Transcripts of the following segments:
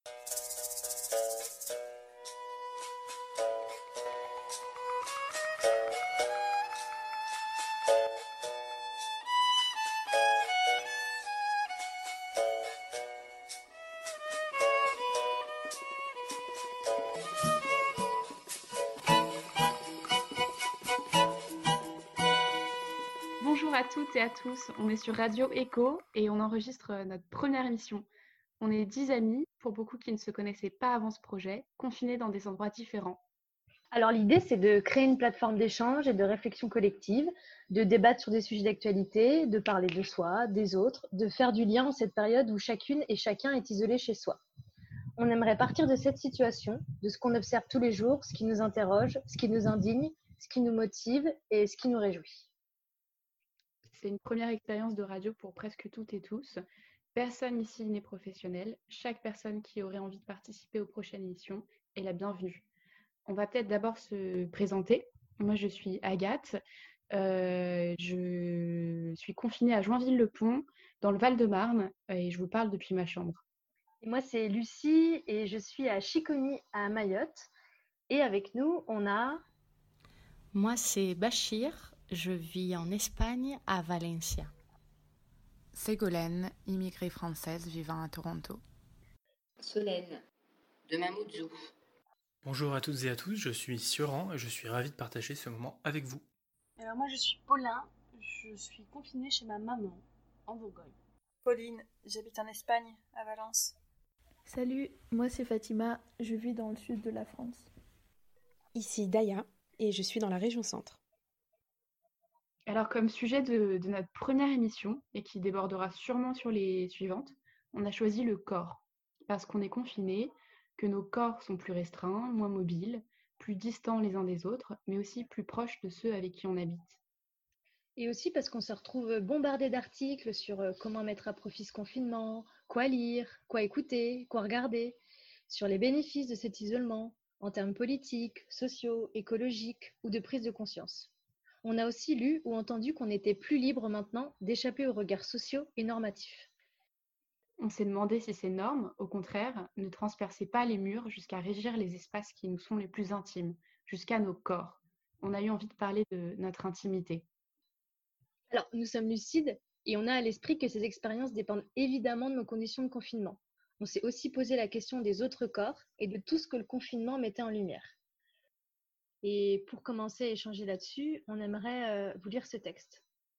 Bonjour à toutes et à tous, on est sur Radio Echo et on enregistre notre première émission. On est 10 amis, pour beaucoup qui ne se connaissaient pas avant ce projet, confinés dans des endroits différents. Alors l'idée, c'est de créer une plateforme d'échange et de réflexion collective, de débattre sur des sujets d'actualité, de parler de soi, des autres, de faire du lien en cette période où chacune et chacun est isolé chez soi. On aimerait partir de cette situation, de ce qu'on observe tous les jours, ce qui nous interroge, ce qui nous indigne, ce qui nous motive et ce qui nous réjouit. C'est une première expérience de radio pour presque toutes et tous. Personne ici n'est professionnel. Chaque personne qui aurait envie de participer aux prochaines émissions est la bienvenue. On va peut-être d'abord se présenter. Moi, je suis Agathe. Je suis confinée à Joinville-le-Pont, dans le Val-de-Marne, et je vous parle depuis ma chambre. Et moi, c'est Lucie et je suis à Chiconi, à Mayotte. Et avec nous, on a... Moi, c'est Bachir. Je vis en Espagne, à Valencia. Ségolène, immigrée française vivant à Toronto. Solène, de Mamoudzou. Bonjour à toutes et à tous, je suis Sioran et je suis ravi de partager ce moment avec vous. Alors moi je suis Paulin, je suis confinée chez ma maman, en Bourgogne. Pauline, j'habite en Espagne, à Valence. Salut, moi c'est Fatima, je vis dans le sud de la France. Ici Daya et je suis dans la région centre. Alors comme sujet de notre première émission, et qui débordera sûrement sur les suivantes, on a choisi le corps, parce qu'on est confinés, que nos corps sont plus restreints, moins mobiles, plus distants les uns des autres, mais aussi plus proches de ceux avec qui on habite. Et aussi parce qu'on se retrouve bombardé d'articles sur comment mettre à profit ce confinement, quoi lire, quoi écouter, quoi regarder, sur les bénéfices de cet isolement, en termes politiques, sociaux, écologiques ou de prise de conscience. On a aussi lu ou entendu qu'on était plus libre maintenant d'échapper aux regards sociaux et normatifs. On s'est demandé si ces normes, au contraire, ne transperçaient pas les murs jusqu'à régir les espaces qui nous sont les plus intimes, jusqu'à nos corps. On a eu envie de parler de notre intimité. Alors, nous sommes lucides et on a à l'esprit que ces expériences dépendent évidemment de nos conditions de confinement. On s'est aussi posé la question des autres corps et de tout ce que le confinement mettait en lumière. Et pour commencer à échanger là-dessus, on aimerait vous lire ce texte.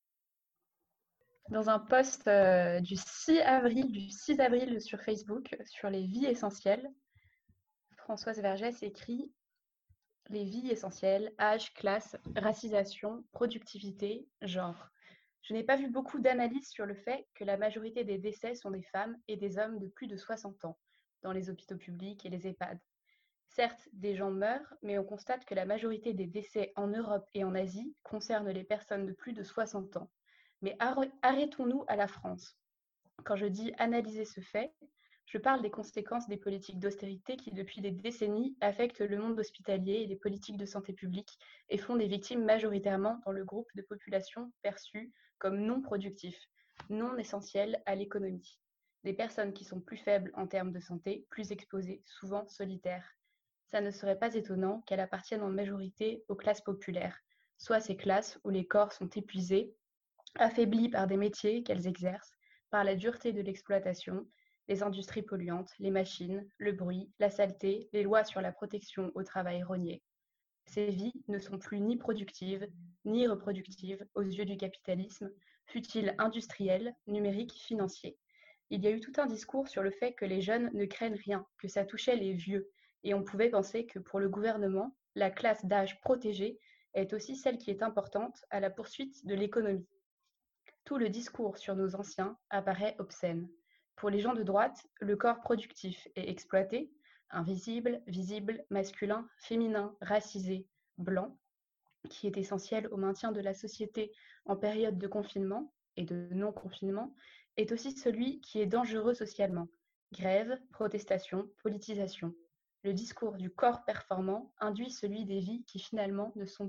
Dans un post du 6 avril sur Facebook, sur les vies essentielles, Françoise Vergès écrit « Les vies essentielles, âge, classe, racisation, productivité, genre ». Je n'ai pas vu beaucoup d'analyses sur le fait que la majorité des décès sont des femmes et des hommes de plus de 60 ans, dans les hôpitaux publics et les EHPAD. Certes, des gens meurent, mais on constate que la majorité des décès en Europe et en Asie concernent les personnes de plus de 60 ans. Mais arrêtons-nous à la France. Quand je dis analyser ce fait, je parle des conséquences des politiques d'austérité qui, depuis des décennies, affectent le monde hospitalier et les politiques de santé publique et font des victimes majoritairement dans le groupe de population perçu comme non productif, non essentiel à l'économie. Des personnes qui sont plus faibles en termes de santé, plus exposées, souvent solitaires. Ça ne serait pas étonnant qu'elle appartienne en majorité aux classes populaires, soit ces classes où les corps sont épuisés, affaiblis par des métiers qu'elles exercent, par la dureté de l'exploitation, les industries polluantes, les machines, le bruit, la saleté, les lois sur la protection au travail rognées. Ces vies ne sont plus ni productives, ni reproductives aux yeux du capitalisme, fût-il industriel, numérique, financier. Il y a eu tout un discours sur le fait que les jeunes ne craignent rien, que ça touchait les vieux, et on pouvait penser que pour le gouvernement, la classe d'âge protégée est aussi celle qui est importante à la poursuite de l'économie. Tout le discours sur nos anciens apparaît obscène. Pour les gens de droite, le corps productif est exploité, invisible, visible, masculin, féminin, racisé, blanc, qui est essentiel au maintien de la société en période de confinement et de non-confinement, est aussi celui qui est dangereux socialement. Grève, protestation, politisation. Le discours du corps performant induit celui des vies qui finalement ne sont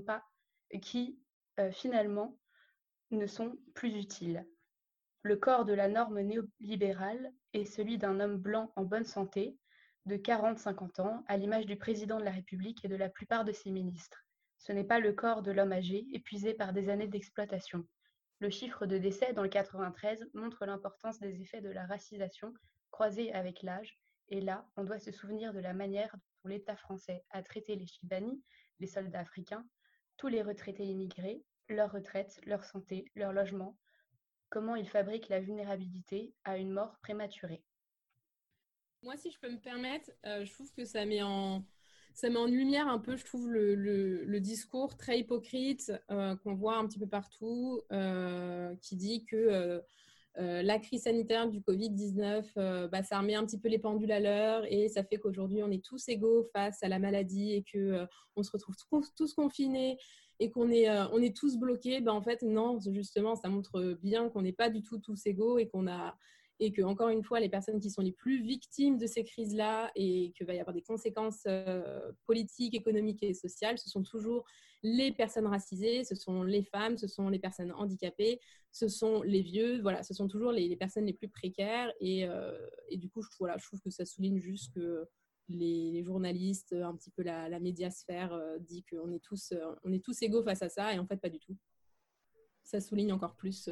plus utiles. Le corps de la norme néolibérale est celui d'un homme blanc en bonne santé, de 40-50 ans, à l'image du président de la République et de la plupart de ses ministres. Ce n'est pas le corps de l'homme âgé, épuisé par des années d'exploitation. Le chiffre de décès dans le 93 montre l'importance des effets de la racisation croisée avec l'âge, et là, on doit se souvenir de la manière dont l'État français a traité les Chibani, les soldats africains, tous les retraités immigrés, leurs retraites, leur santé, leur logement, comment ils fabriquent la vulnérabilité à une mort prématurée. Moi, si je peux me permettre, je trouve que ça met en lumière un peu, je trouve, le discours très hypocrite qu'on voit un petit peu partout, qui dit que la crise sanitaire du Covid-19, ça remet un petit peu les pendules à l'heure et ça fait qu'aujourd'hui, on est tous égaux face à la maladie et qu'on se retrouve tous confinés et on est tous bloqués. En fait, non, justement, ça montre bien qu'on n'est pas du tout tous égaux et que, encore une fois, les personnes qui sont les plus victimes de ces crises-là et qu'il va y avoir des conséquences politiques, économiques et sociales, ce sont toujours les personnes racisées, ce sont les femmes, ce sont les personnes handicapées, ce sont les vieux, voilà, ce sont toujours les personnes les plus précaires. Et du coup, je trouve que ça souligne juste que les journalistes, un petit peu la médiasphère dit qu'on est tous égaux face à ça, et en fait, pas du tout. Ça souligne encore plus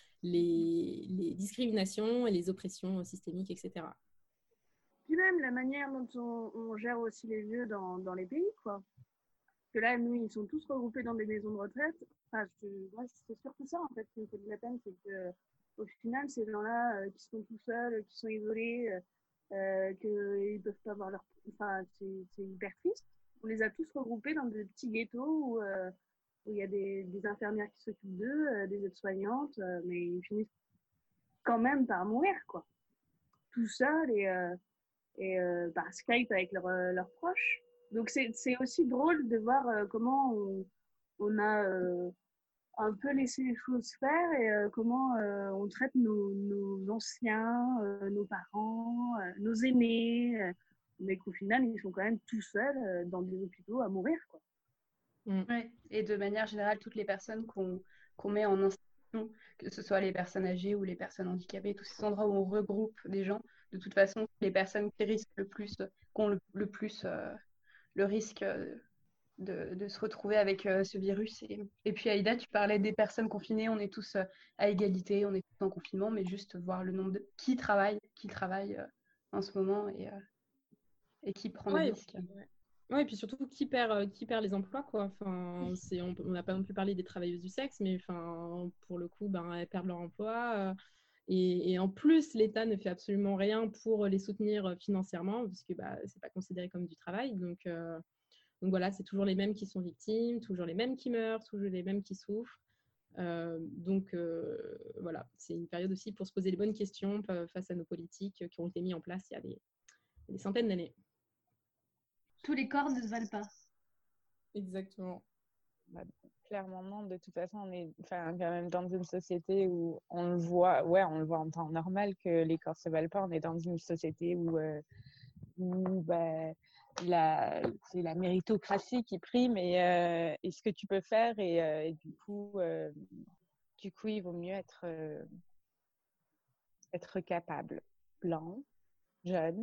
les discriminations et les oppressions systémiques, etc. Puis même la manière dont on gère aussi les vieux dans les pays, quoi. Parce que là, nous, ils sont tous regroupés dans des maisons de retraite. Enfin, c'est surtout ça, en fait, qui me fait de la peine, c'est que au final, ces gens-là qui sont tout seuls, qui sont isolés, qu'ils peuvent pas avoir leur... Enfin, c'est hyper triste. On les a tous regroupés dans des petits ghettos où il y a des infirmières qui s'occupent d'eux, des aides-soignantes, mais ils finissent quand même par mourir, quoi. Tout seuls et par Skype avec leurs proches. Donc c'est aussi drôle de voir comment on a un peu laissé les choses faire et comment on traite nos anciens, nos parents, nos aînés, mais qu'au final, ils sont quand même tout seuls dans des hôpitaux à mourir, quoi. Ouais. Et de manière générale, toutes les personnes qu'on met en institution, que ce soit les personnes âgées ou les personnes handicapées, tous ces endroits où on regroupe des gens, de toute façon, les personnes qui risquent le plus, qui ont le plus le risque de se retrouver avec ce virus. Et puis Aïda, tu parlais des personnes confinées, on est tous à égalité, on est tous en confinement, mais juste voir le nombre de qui travaille en ce moment et qui prend des risques. Ouais, et puis surtout, qui perd les emplois, quoi. Enfin, on n'a pas non plus parlé des travailleuses du sexe, mais enfin, pour le coup, elles perdent leur emploi. Et en plus, l'État ne fait absolument rien pour les soutenir financièrement, parce que c'est pas considéré comme du travail. Donc voilà, c'est toujours les mêmes qui sont victimes, toujours les mêmes qui meurent, toujours les mêmes qui souffrent. Donc voilà, c'est une période aussi pour se poser les bonnes questions face à nos politiques qui ont été mises en place il y a des centaines d'années. Tous les corps ne se valent pas. Exactement. Clairement, non. De toute façon, on est quand même dans une société où on le voit en temps normal que les corps se valent pas. On est dans une société où c'est la méritocratie qui prime et ce que tu peux faire et du coup, il vaut mieux être capable. Blanc, jeune.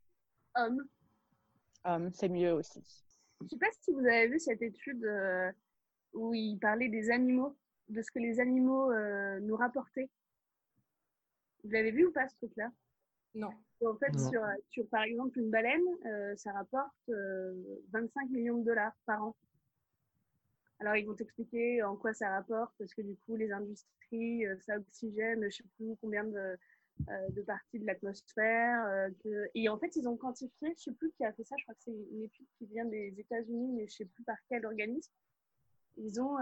Homme, c'est mieux aussi. Je sais pas si vous avez vu cette étude où il parlait des animaux, de ce que les animaux nous rapportaient. Vous l'avez vu ou pas, ce truc-là? Non. En fait, sur par exemple une baleine, ça rapporte 25 millions de dollars par an. Alors, ils vont t'expliquer en quoi ça rapporte, parce que du coup, les industries, ça oxygène, je ne sais plus combien de parties de l'atmosphère. Et en fait, ils ont quantifié, je ne sais plus qui a fait ça, je crois que c'est une étude qui vient des États-Unis, mais je ne sais plus par quel organisme. Ils ont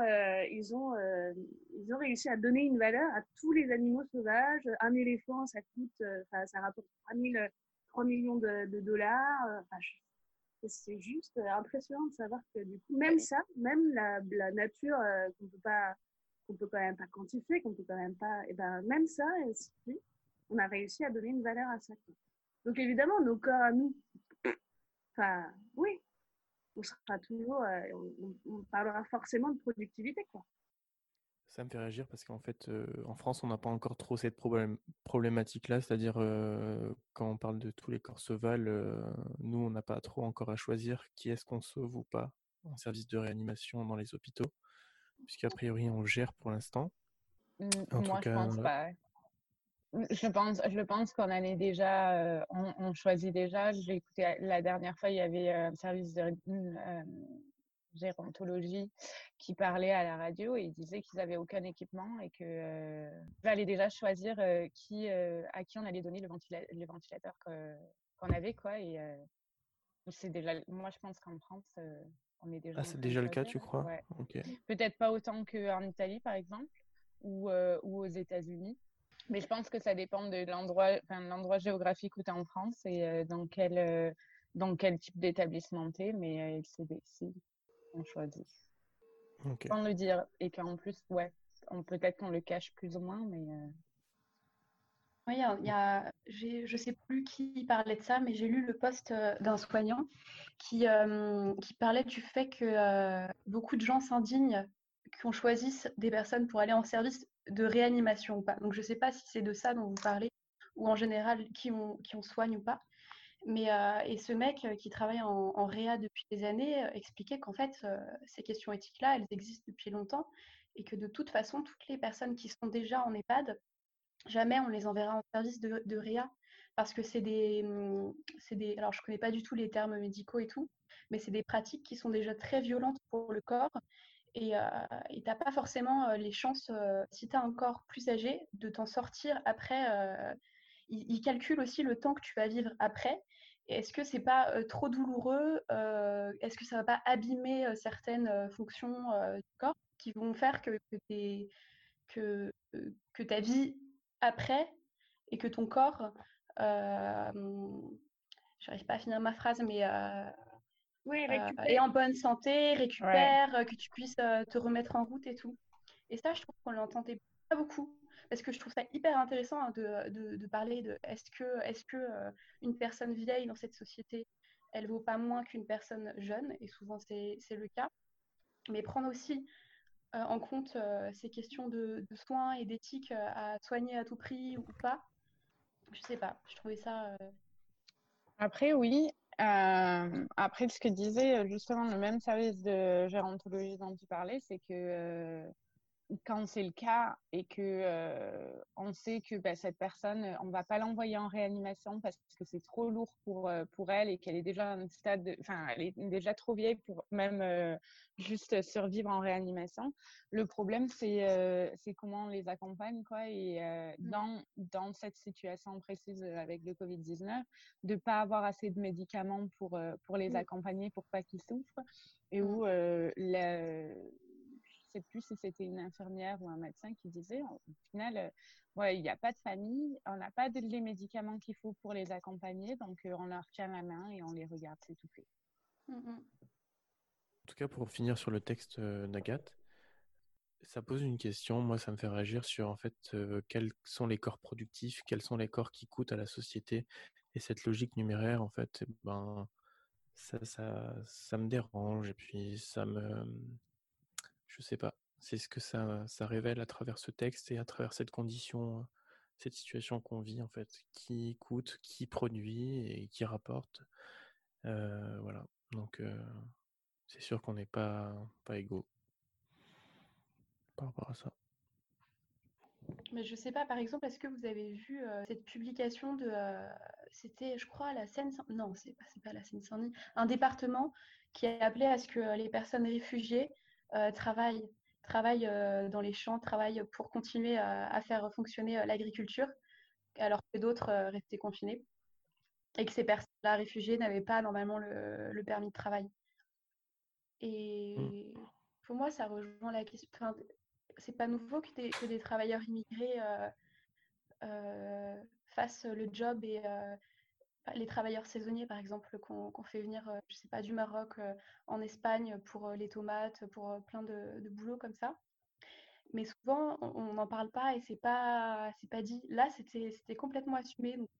réussi à donner une valeur à tous les animaux sauvages. Un éléphant, ça coûte, ça rapporte 3 millions de dollars. C'est juste impressionnant de savoir que du coup, même ça, même la nature qu'on peut quand même pas quantifier, qu'on peut quand même pas, et ben même ça, on a réussi à donner une valeur à ça. Donc évidemment, nos corps à nous, oui, on sera toujours, on parlera forcément de productivité, quoi. Ça me fait réagir parce qu'en fait, en France, on n'a pas encore trop cette problématique-là, c'est-à-dire quand on parle de tous les Corseval, nous, on n'a pas trop encore à choisir qui est-ce qu'on sauve ou pas en service de réanimation dans les hôpitaux, puisqu'a priori, on gère pour l'instant. En tout Moi, je cas, pense pas. Je pense qu'on en est déjà, on choisit déjà. J'ai écouté la dernière fois, il y avait un service de gérontologie qui parlait à la radio et ils disaient qu'ils avaient aucun équipement et que fallait déjà choisir à qui on allait donner le ventilateur qu'on avait quoi. Et c'est déjà, moi je pense qu'en France, on est déjà ah, en c'est train de déjà le cas, choisir. tu crois? Ouais. Ok. Peut-être pas autant qu'en Italie par exemple ou aux États-Unis. Mais je pense que ça dépend de l'endroit géographique où tu es en France et dans quel type d'établissement tu es. Mais le CDC, on choisit. Ok. Sans le dire. Et qu'en plus, ouais, peut-être qu'on le cache plus ou moins, mais. Oui, je sais plus qui parlait de ça, mais j'ai lu le post d'un soignant qui parlait du fait que beaucoup de gens s'indignent qu'on choisisse des personnes pour aller en service de réanimation ou pas. Donc je ne sais pas si c'est de ça dont vous parlez ou en général qui on soigne ou pas. Et ce mec qui travaille en réa depuis des années expliquait qu'en fait, ces questions éthiques-là, elles existent depuis longtemps et que de toute façon, toutes les personnes qui sont déjà en EHPAD, jamais on les enverra en service de réa parce que alors je connais pas du tout les termes médicaux et tout, mais c'est des pratiques qui sont déjà très violentes pour le corps et t'as pas forcément les chances, si tu as un corps plus âgé, de t'en sortir après. Ils calculent aussi le temps que tu vas vivre après. Et est-ce que c'est pas trop douloureux? Est-ce que ça va pas abîmer certaines fonctions du corps qui vont faire que, que ta vie après et que ton corps, j'arrive pas à finir ma phrase, mais Oui, est récupère. en bonne santé, Ouais. récupère, que tu puisses te remettre en route et tout. Et ça, je trouve qu'on l'entendait pas beaucoup. Parce que je trouve ça hyper intéressant hein, de parler de est-ce que une personne vieille dans cette société, elle vaut pas moins qu'une personne jeune, et souvent c'est le cas. Mais prendre aussi en compte ces questions de soins et d'éthique à soigner à tout prix ou pas. Je sais pas, je trouvais ça. Après, oui. Après, ce que disait justement le même service de gérontologie dont tu parlais, c'est que quand c'est le cas et que on sait que cette personne, on va pas l'envoyer en réanimation parce que c'est trop lourd pour elle et qu'elle est déjà à un stade, enfin, elle est déjà trop vieille pour même juste survivre en réanimation. Le problème, c'est comment on les accompagne, quoi. Et dans cette situation précise avec le Covid-19, de pas avoir assez de médicaments pour les accompagner, pour pas qu'ils souffrent, et où je sais plus si c'était une infirmière ou un médecin qui disait, au final, ouais, il n'y a pas de famille, on n'a pas les médicaments qu'il faut pour les accompagner, donc on leur tient la main et on les regarde s'étouffer. En tout cas, pour finir sur le texte d'Agathe, ça pose une question. Moi, ça me fait réagir sur en fait quels sont les corps productifs, quels sont les corps qui coûtent à la société. Et cette logique numéraire, en fait, ben, ça me dérange. Et puis, je sais pas. C'est ce que ça révèle à travers ce texte et à travers cette condition, cette situation qu'on vit, en fait. Qui coûte, qui produit et qui rapporte. Voilà. Donc, c'est sûr qu'on n'est pas égaux par rapport à ça. Mais je sais pas, par exemple, est-ce que vous avez vu cette publication c'était, je crois, la Seine-Saint-Denis, non, c'est pas la Seine-Saint-Denis, un département qui a appelé à ce que les personnes réfugiées travaillent dans les champs, travaillent pour continuer à faire fonctionner l'agriculture, alors que d'autres restaient confinés, et que ces personnes-là réfugiées n'avaient pas normalement le permis de travail. Et pour moi, ça rejoint la question. Enfin, c'est pas nouveau que des travailleurs immigrés fassent le job et les travailleurs saisonniers, par exemple, qu'on fait venir, je sais pas, du Maroc en Espagne pour les tomates, pour plein de boulots comme ça. Mais souvent, on n'en parle pas et c'est pas dit. Là, c'était complètement assumé, donc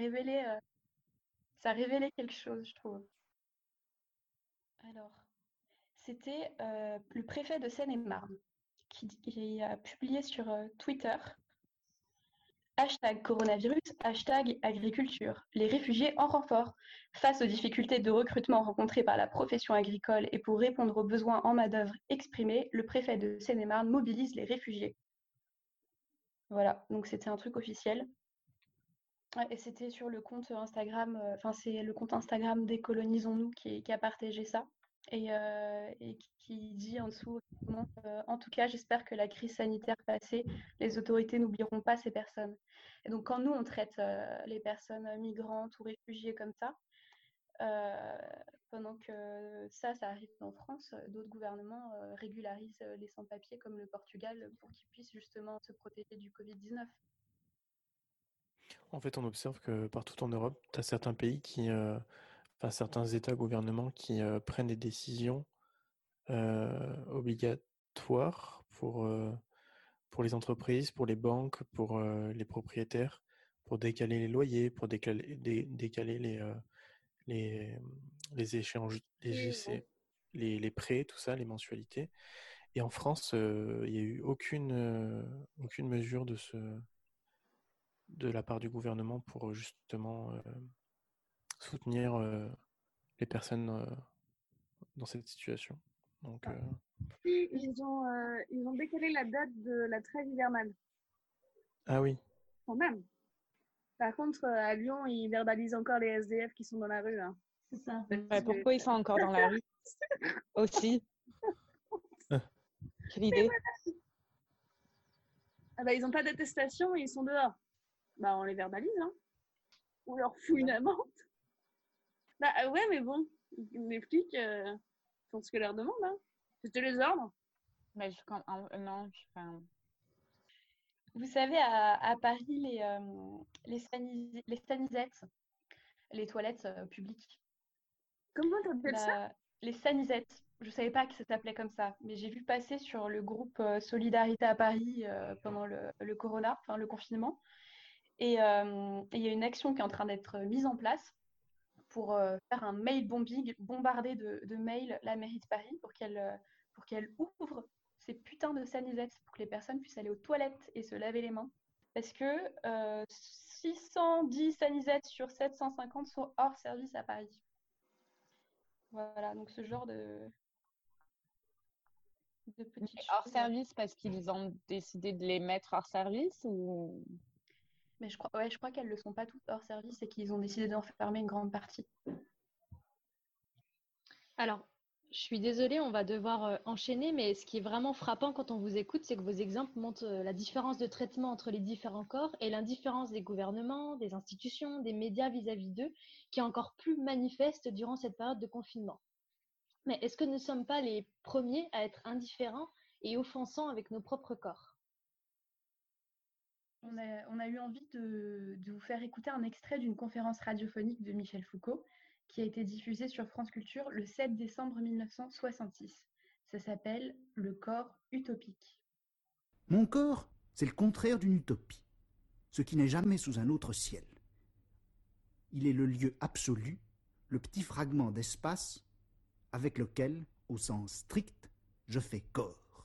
ça révélait quelque chose, je trouve. Alors, c'était le préfet de Seine-et-Marne qui a publié sur Twitter hashtag coronavirus, hashtag agriculture. Les réfugiés en renfort. Face aux difficultés de recrutement rencontrées par la profession agricole et pour répondre aux besoins en main-d'œuvre exprimés, le préfet de Seine-et-Marne mobilise les réfugiés. Voilà, donc c'était un truc officiel. Ouais, et c'était sur le compte Instagram, c'est le compte Instagram Décolonisons-nous qui a partagé ça. Et qui dit en dessous, en tout cas, j'espère que la crise sanitaire passée, les autorités n'oublieront pas ces personnes. Et donc, quand nous, on traite les personnes migrantes ou réfugiées comme ça, pendant que ça arrive en France, d'autres gouvernements régularisent les sans-papiers comme le Portugal pour qu'ils puissent justement se protéger du Covid-19. En fait, on observe que partout en Europe, tu as certains pays certains États, gouvernements qui prennent des décisions obligatoires pour les entreprises, pour les banques, pour les propriétaires, pour décaler les loyers, pour décaler les échanges, les prêts, tout ça, les mensualités. Et en France, il n'y a eu aucune mesure de la part du gouvernement pour justement soutenir les personnes dans cette situation. Donc, ils ont décalé la date de la trêve hivernale. Ah oui. Quand même. Par contre, à Lyon, ils verbalisent encore les SDF qui sont dans la rue. Hein. C'est ça. Ouais, pourquoi ils sont encore dans la rue aussi? Quelle idée. Ah bah, ils n'ont pas d'attestation et ils sont dehors. Bah, on les verbalise, hein. On leur fout une amende. Bah ouais, mais bon, les flics font ce que leur demande, hein. C'était les ordres. Mais non, Vous savez, à Paris, les sanisettes, les toilettes publiques. Comment t'appelles ça? Les sanisettes. Je ne savais pas que ça s'appelait comme ça, mais j'ai vu passer sur le groupe Solidarité à Paris pendant le corona, enfin le confinement. Et il y a une action qui est en train d'être mise en place pour faire un mail bombing, bombarder de mails la mairie de Paris pour qu'elle ouvre ces putains de sanisettes pour que les personnes puissent aller aux toilettes et se laver les mains. Parce que 610 sanisettes sur 750 sont hors service à Paris. Voilà, donc ce genre de petites choses. Hors service parce qu'ils ont décidé de les mettre hors service ou... Mais je crois qu'elles ne le sont pas toutes hors service et qu'ils ont décidé d'en fermer une grande partie. Alors, je suis désolée, on va devoir enchaîner, mais ce qui est vraiment frappant quand on vous écoute, c'est que vos exemples montrent la différence de traitement entre les différents corps et l'indifférence des gouvernements, des institutions, des médias vis-à-vis d'eux, qui est encore plus manifeste durant cette période de confinement. Mais est-ce que nous ne sommes pas les premiers à être indifférents et offensants avec nos propres corps ? On a eu envie de vous faire écouter un extrait d'une conférence radiophonique de Michel Foucault qui a été diffusée sur France Culture le 7 décembre 1966. Ça s'appelle « Le corps utopique ». Mon corps, c'est le contraire d'une utopie, ce qui n'est jamais sous un autre ciel. Il est le lieu absolu, le petit fragment d'espace avec lequel, au sens strict, je fais corps.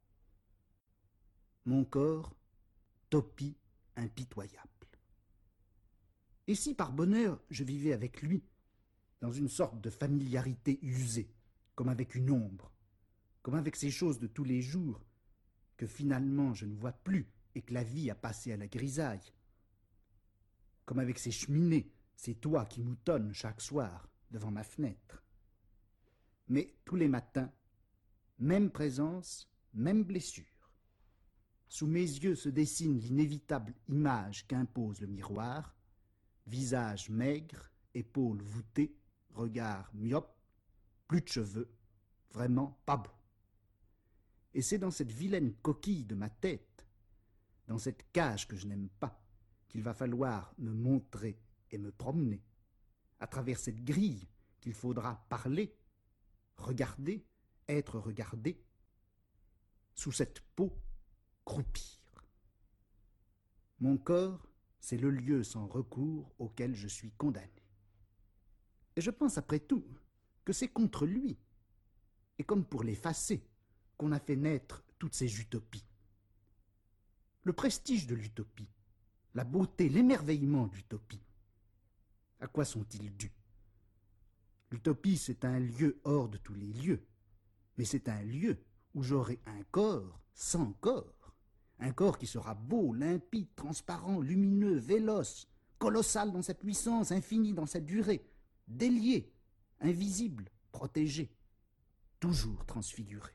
Mon corps, topie impitoyable. Et si par bonheur je vivais avec lui, dans une sorte de familiarité usée, comme avec une ombre, comme avec ces choses de tous les jours, que finalement je ne vois plus et que la vie a passé à la grisaille, comme avec ces cheminées, ces toits qui moutonnent chaque soir devant ma fenêtre. Mais tous les matins, même présence, même blessure. Sous mes yeux se dessine l'inévitable image qu'impose le miroir, visage maigre, épaules voûtées, regard myope, plus de cheveux, vraiment pas beau. Et c'est dans cette vilaine coquille de ma tête, dans cette cage que je n'aime pas, qu'il va falloir me montrer et me promener, à travers cette grille qu'il faudra parler, regarder, être regardé, sous cette peau croupir. Mon corps, c'est le lieu sans recours auquel je suis condamné. Et je pense après tout que c'est contre lui, et comme pour l'effacer, qu'on a fait naître toutes ces utopies. Le prestige de l'utopie, la beauté, l'émerveillement de l'utopie, à quoi sont-ils dus? L'utopie, c'est un lieu hors de tous les lieux, mais c'est un lieu où j'aurai un corps sans corps, un corps qui sera beau, limpide, transparent, lumineux, véloce, colossal dans sa puissance, infini dans sa durée, délié, invisible, protégé, toujours transfiguré.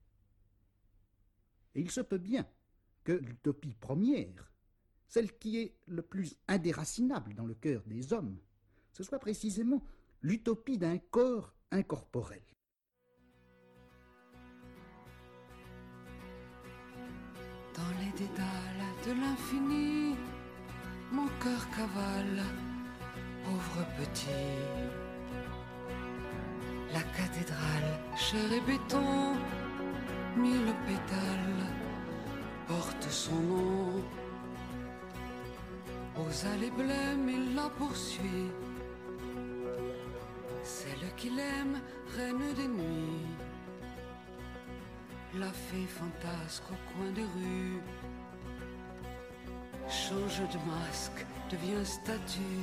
Et il se peut bien que l'utopie première, celle qui est le plus indéracinable dans le cœur des hommes, ce soit précisément l'utopie d'un corps incorporel. Dans les dédales de l'infini, mon cœur cavale, pauvre petit. La cathédrale, chair et béton, 1000 pétales, porte son nom. Aux allées blêmes, il la poursuit. Celle qu'il aime, reine des nuits. La fée fantasque au coin des rues change de masque, devient statue.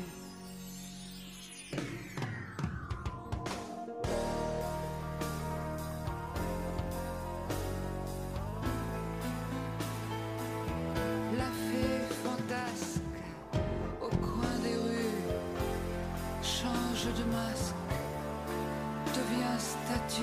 La fée fantasque au coin des rues change de masque, devient statue.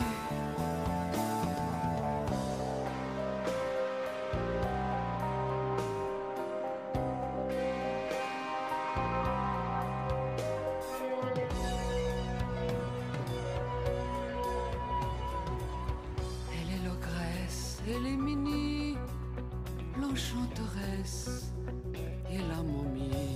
Elle est Minnie, l'enchanteresse et la momie.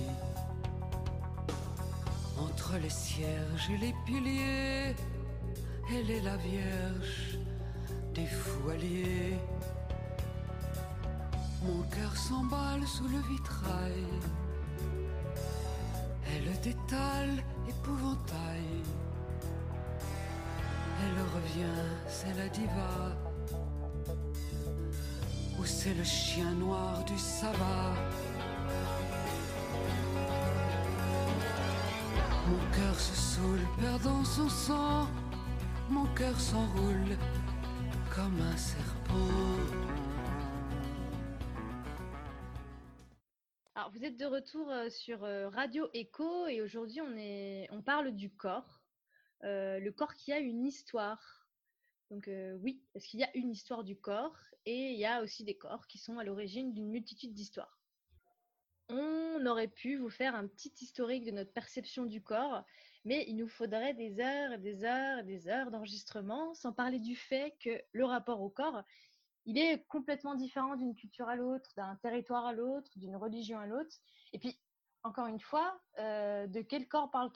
Entre les cierges et les piliers, elle est la vierge des fous alliés. Mon cœur s'emballe sous le vitrail, elle détale épouvantail. Elle revient, c'est la diva. Ou c'est le chien noir du sabbat. Mon cœur se saoule, perdant son sang. Mon cœur s'enroule comme un serpent. Alors, vous êtes de retour sur Radio Echo et aujourd'hui on parle du corps. Le corps qui a une histoire. Donc oui, parce qu'il y a une histoire du corps et il y a aussi des corps qui sont à l'origine d'une multitude d'histoires. On aurait pu vous faire un petit historique de notre perception du corps, mais il nous faudrait des heures et des heures et des heures d'enregistrement, sans parler du fait que le rapport au corps, il est complètement différent d'une culture à l'autre, d'un territoire à l'autre, d'une religion à l'autre. Et puis, encore une fois, de quel corps parle-t-on ?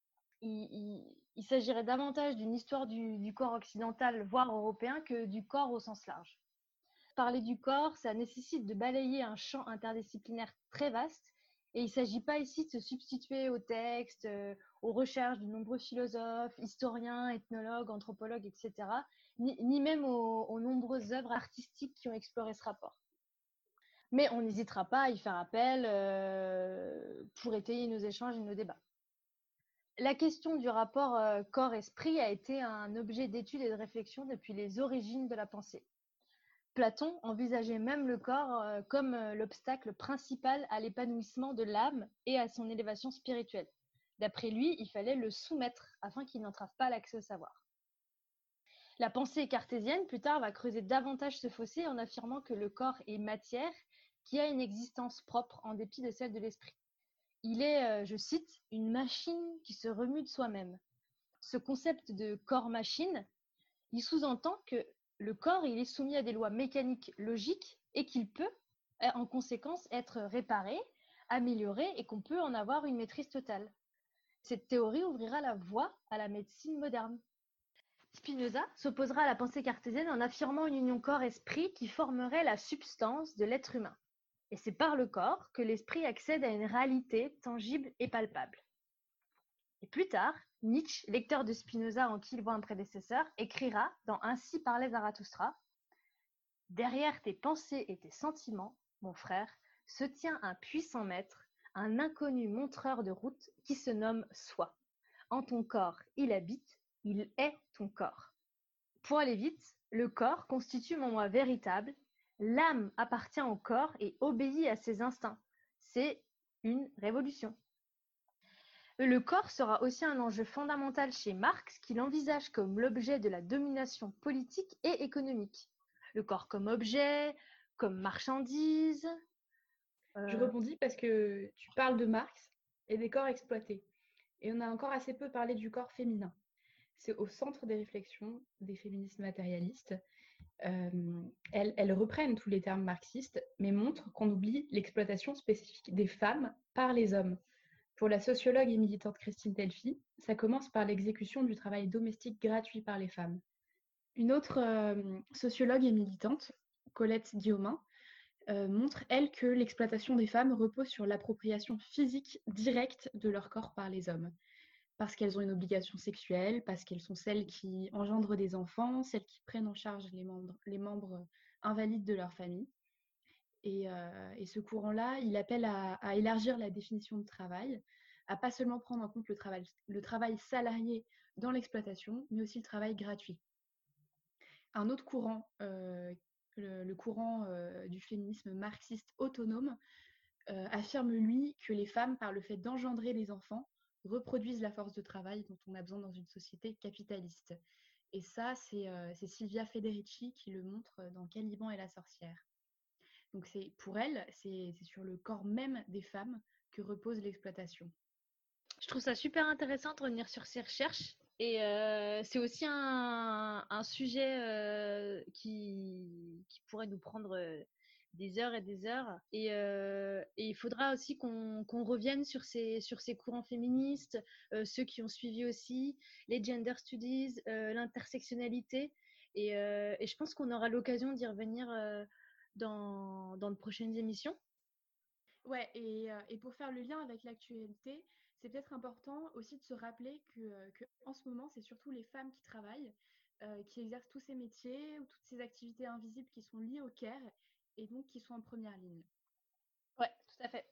Il s'agirait davantage d'une histoire du corps occidental, voire européen, que du corps au sens large. Parler du corps, ça nécessite de balayer un champ interdisciplinaire très vaste, et il ne s'agit pas ici de se substituer aux textes, aux recherches de nombreux philosophes, historiens, ethnologues, anthropologues, etc., ni même aux nombreuses œuvres artistiques qui ont exploré ce rapport. Mais on n'hésitera pas à y faire appel pour étayer nos échanges et nos débats. La question du rapport corps-esprit a été un objet d'étude et de réflexion depuis les origines de la pensée. Platon envisageait même le corps comme l'obstacle principal à l'épanouissement de l'âme et à son élévation spirituelle. D'après lui, il fallait le soumettre afin qu'il n'entrave pas l'accès au savoir. La pensée cartésienne, plus tard, va creuser davantage ce fossé en affirmant que le corps est matière qui a une existence propre en dépit de celle de l'esprit. Il est, je cite, « une machine qui se remue de soi-même ». Ce concept de corps-machine, il sous-entend que le corps il est soumis à des lois mécaniques logiques et qu'il peut, en conséquence, être réparé, amélioré et qu'on peut en avoir une maîtrise totale. Cette théorie ouvrira la voie à la médecine moderne. Spinoza s'opposera à la pensée cartésienne en affirmant une union corps-esprit qui formerait la substance de l'être humain. Et c'est par le corps que l'esprit accède à une réalité tangible et palpable. Et plus tard, Nietzsche, lecteur de Spinoza en qui il voit un prédécesseur, écrira dans Ainsi parlait Zarathustra Derrière tes pensées et tes sentiments, mon frère, se tient un puissant maître, un inconnu montreur de route qui se nomme soi. En ton corps, il habite, il est ton corps. Pour aller vite, le corps constitue mon moi véritable. L'âme appartient au corps et obéit à ses instincts. C'est une révolution. Le corps sera aussi un enjeu fondamental chez Marx, qui l'envisage comme l'objet de la domination politique et économique. Le corps comme objet, comme marchandise. Je rebondis parce que tu parles de Marx et des corps exploités. Et on a encore assez peu parlé du corps féminin. C'est au centre des réflexions des féministes matérialistes. Elles reprennent tous les termes marxistes, mais montrent qu'on oublie l'exploitation spécifique des femmes par les hommes. Pour la sociologue et militante Christine Delphi, ça commence par l'exécution du travail domestique gratuit par les femmes. Une autre sociologue et militante, Colette Guillaumin, montre, elle, que l'exploitation des femmes repose sur l'appropriation physique directe de leur corps par les hommes. Parce qu'elles ont une obligation sexuelle, parce qu'elles sont celles qui engendrent des enfants, celles qui prennent en charge les membres invalides de leur famille. Et ce courant-là, il appelle à élargir la définition de travail, à pas seulement prendre en compte le travail salarié dans l'exploitation, mais aussi le travail gratuit. Un autre courant, le courant du féminisme marxiste autonome, affirme, lui, que les femmes, par le fait d'engendrer des enfants, reproduisent la force de travail dont on a besoin dans une société capitaliste. Et ça, c'est Silvia Federici qui le montre dans Caliban et la sorcière. Donc pour elle, c'est sur le corps même des femmes que repose l'exploitation. Je trouve ça super intéressant de revenir sur ces recherches. Et c'est aussi un sujet qui pourrait nous prendre des heures et des heures. Et il faudra aussi qu'on revienne sur ces courants féministes, ceux qui ont suivi aussi, les gender studies, l'intersectionnalité. Et je pense qu'on aura l'occasion d'y revenir dans de prochaines émissions. Ouais, et pour faire le lien avec l'actualité, c'est peut-être important aussi de se rappeler que en ce moment, c'est surtout les femmes qui travaillent, qui exercent tous ces métiers ou toutes ces activités invisibles qui sont liées au care et donc qui sont en première ligne. Ouais, tout à fait.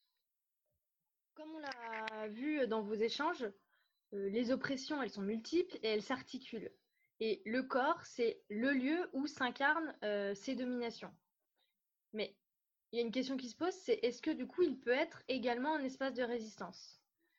Comme on l'a vu dans vos échanges, les oppressions, elles sont multiples et elles s'articulent. Et le corps, c'est le lieu où s'incarnent ces dominations. Mais il y a une question qui se pose, c'est est-ce que du coup, il peut être également un espace de résistance?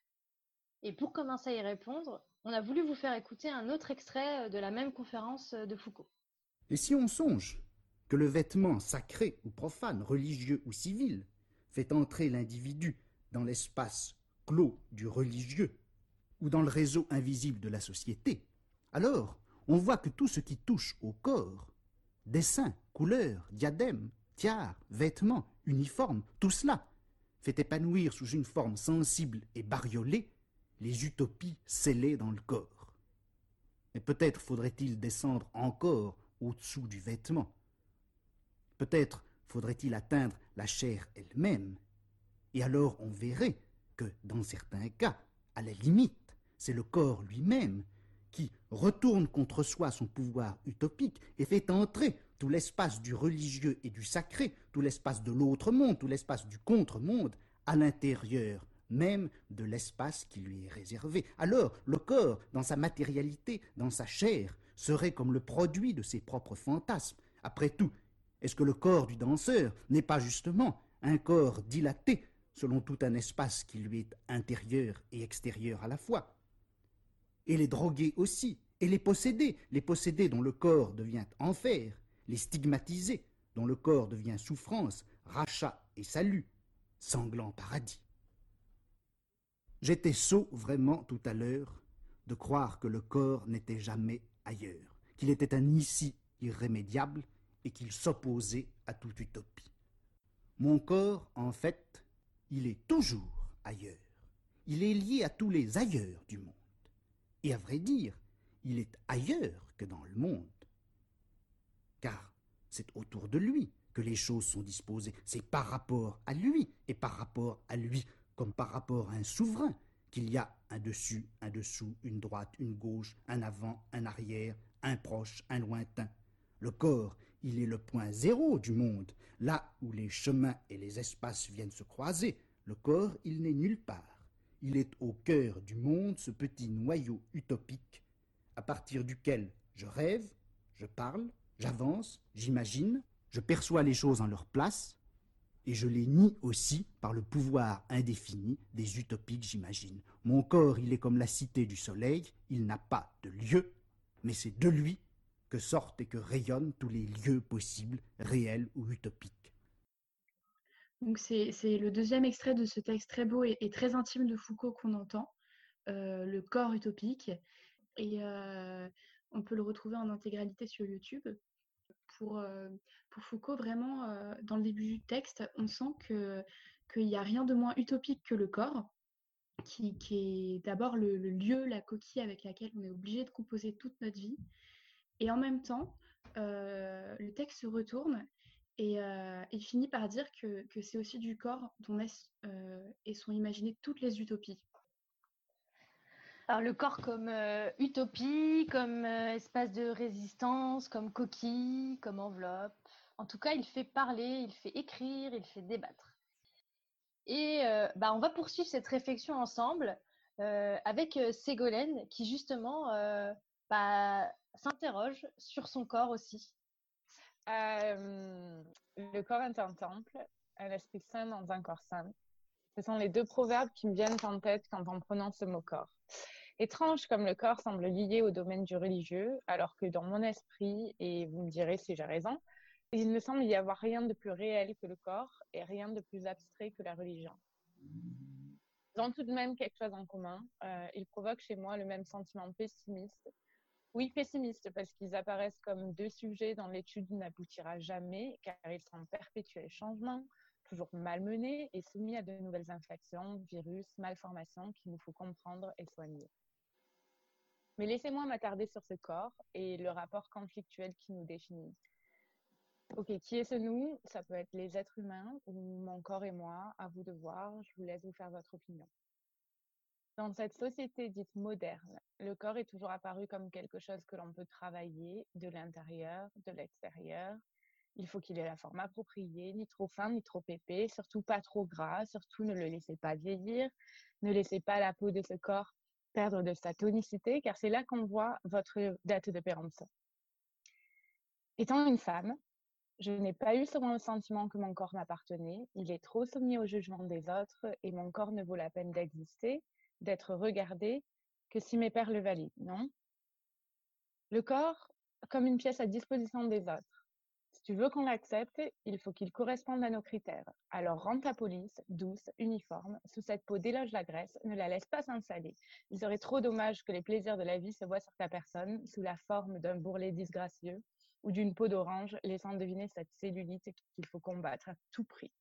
Et pour commencer à y répondre, on a voulu vous faire écouter un autre extrait de la même conférence de Foucault. Et si on songe que le vêtement sacré ou profane, religieux ou civil, fait entrer l'individu dans l'espace clos du religieux ou dans le réseau invisible de la société, alors on voit que tout ce qui touche au corps, dessins, couleurs, diadèmes, tiares, vêtements, uniformes, tout cela fait épanouir sous une forme sensible et bariolée les utopies scellées dans le corps. Mais peut-être faudrait-il descendre encore au-dessous du vêtement. Peut-être faudrait-il atteindre la chair elle-même. Et alors on verrait que, dans certains cas, à la limite, c'est le corps lui-même qui retourne contre soi son pouvoir utopique et fait entrer tout l'espace du religieux et du sacré, tout l'espace de l'autre monde, tout l'espace du contre-monde, à l'intérieur même de l'espace qui lui est réservé. Alors, le corps, dans sa matérialité, dans sa chair, serait comme le produit de ses propres fantasmes. Après tout, est-ce que le corps du danseur n'est pas justement un corps dilaté selon tout un espace qui lui est intérieur et extérieur à la fois? Et les drogués aussi, et les possédés dont le corps devient enfer, les stigmatisés, dont le corps devient souffrance, rachat et salut, sanglant paradis. J'étais sot vraiment tout à l'heure de croire que le corps n'était jamais ailleurs, qu'il était un ici irrémédiable et qu'il s'opposait à toute utopie. Mon corps, en fait, il est toujours ailleurs. Il est lié à tous les ailleurs du monde. Et à vrai dire, il est ailleurs que dans le monde. Car c'est autour de lui que les choses sont disposées. C'est par rapport à lui, et par rapport à lui, comme par rapport à un souverain, qu'il y a un dessus, un dessous, une droite, une gauche, un avant, un arrière, un proche, un lointain. Le corps Il est le point zéro du monde, là où les chemins et les espaces viennent se croiser. Le corps, il n'est nulle part. Il est au cœur du monde, ce petit noyau utopique, à partir duquel je rêve, je parle, j'avance, j'imagine, je perçois les choses en leur place, et je les nie aussi par le pouvoir indéfini des utopies que j'imagine. Mon corps, il est comme la cité du soleil, il n'a pas de lieu, mais c'est de lui que sortent et que rayonnent tous les lieux possibles, réels ou utopiques. Donc c'est le deuxième extrait de ce texte très beau et très intime de Foucault qu'on entend, le corps utopique. Et on peut le retrouver en intégralité sur YouTube. Pour Foucault, vraiment, dans le début du texte, on sent qu'il n'y a rien de moins utopique que le corps, qui est d'abord le lieu, la coquille avec laquelle on est obligé de composer toute notre vie. Et en même temps, le texte se retourne et il finit par dire que c'est aussi du corps dont naissent et sont imaginées toutes les utopies. Alors le corps comme utopie, comme espace de résistance, comme coquille, comme enveloppe. En tout cas, il fait parler, il fait écrire, il fait débattre. Et on va poursuivre cette réflexion ensemble avec Ségolène qui justement s'interroge sur son corps aussi. Le corps est un temple, un esprit saint dans un corps saint. Ce sont les deux proverbes qui me viennent en tête quand on prononce le mot corps. Étrange comme le corps semble lié au domaine du religieux, alors que dans mon esprit, et vous me direz si j'ai raison, il me semble y avoir rien de plus réel que le corps et rien de plus abstrait que la religion. Ils ont tout de même quelque chose en commun. Ils provoquent chez moi le même sentiment pessimiste. Oui, pessimiste, parce qu'ils apparaissent comme deux sujets dont l'étude n'aboutira jamais, car ils sont en perpétuel changement, toujours malmenés et soumis à de nouvelles infections, virus, malformations qu'il nous faut comprendre et soigner. Mais laissez-moi m'attarder sur ce corps et le rapport conflictuel qui nous définit. Ok, qui est ce nous? Ça peut être les êtres humains ou mon corps et moi, à vous de voir, je vous laisse vous faire votre opinion. Dans cette société dite moderne, le corps est toujours apparu comme quelque chose que l'on peut travailler de l'intérieur, de l'extérieur. Il faut qu'il ait la forme appropriée, ni trop fin, ni trop épais, surtout pas trop gras, surtout ne le laissez pas vieillir, ne laissez pas la peau de ce corps perdre de sa tonicité, car c'est là qu'on voit votre date de péremption. Étant une femme, je n'ai pas eu souvent le sentiment que mon corps m'appartenait. Il est trop soumis au jugement des autres et mon corps ne vaut la peine d'exister, d'être regardé, que si mes pairs le valident, non? Le corps, comme une pièce à disposition des autres. Si tu veux qu'on l'accepte, il faut qu'il corresponde à nos critères. Alors rends ta police, douce, uniforme, sous cette peau déloge la graisse, ne la laisse pas s'installer. Il serait trop dommage que les plaisirs de la vie se voient sur ta personne sous la forme d'un bourrelet disgracieux ou d'une peau d'orange, laissant deviner cette cellulite qu'il faut combattre à tout prix.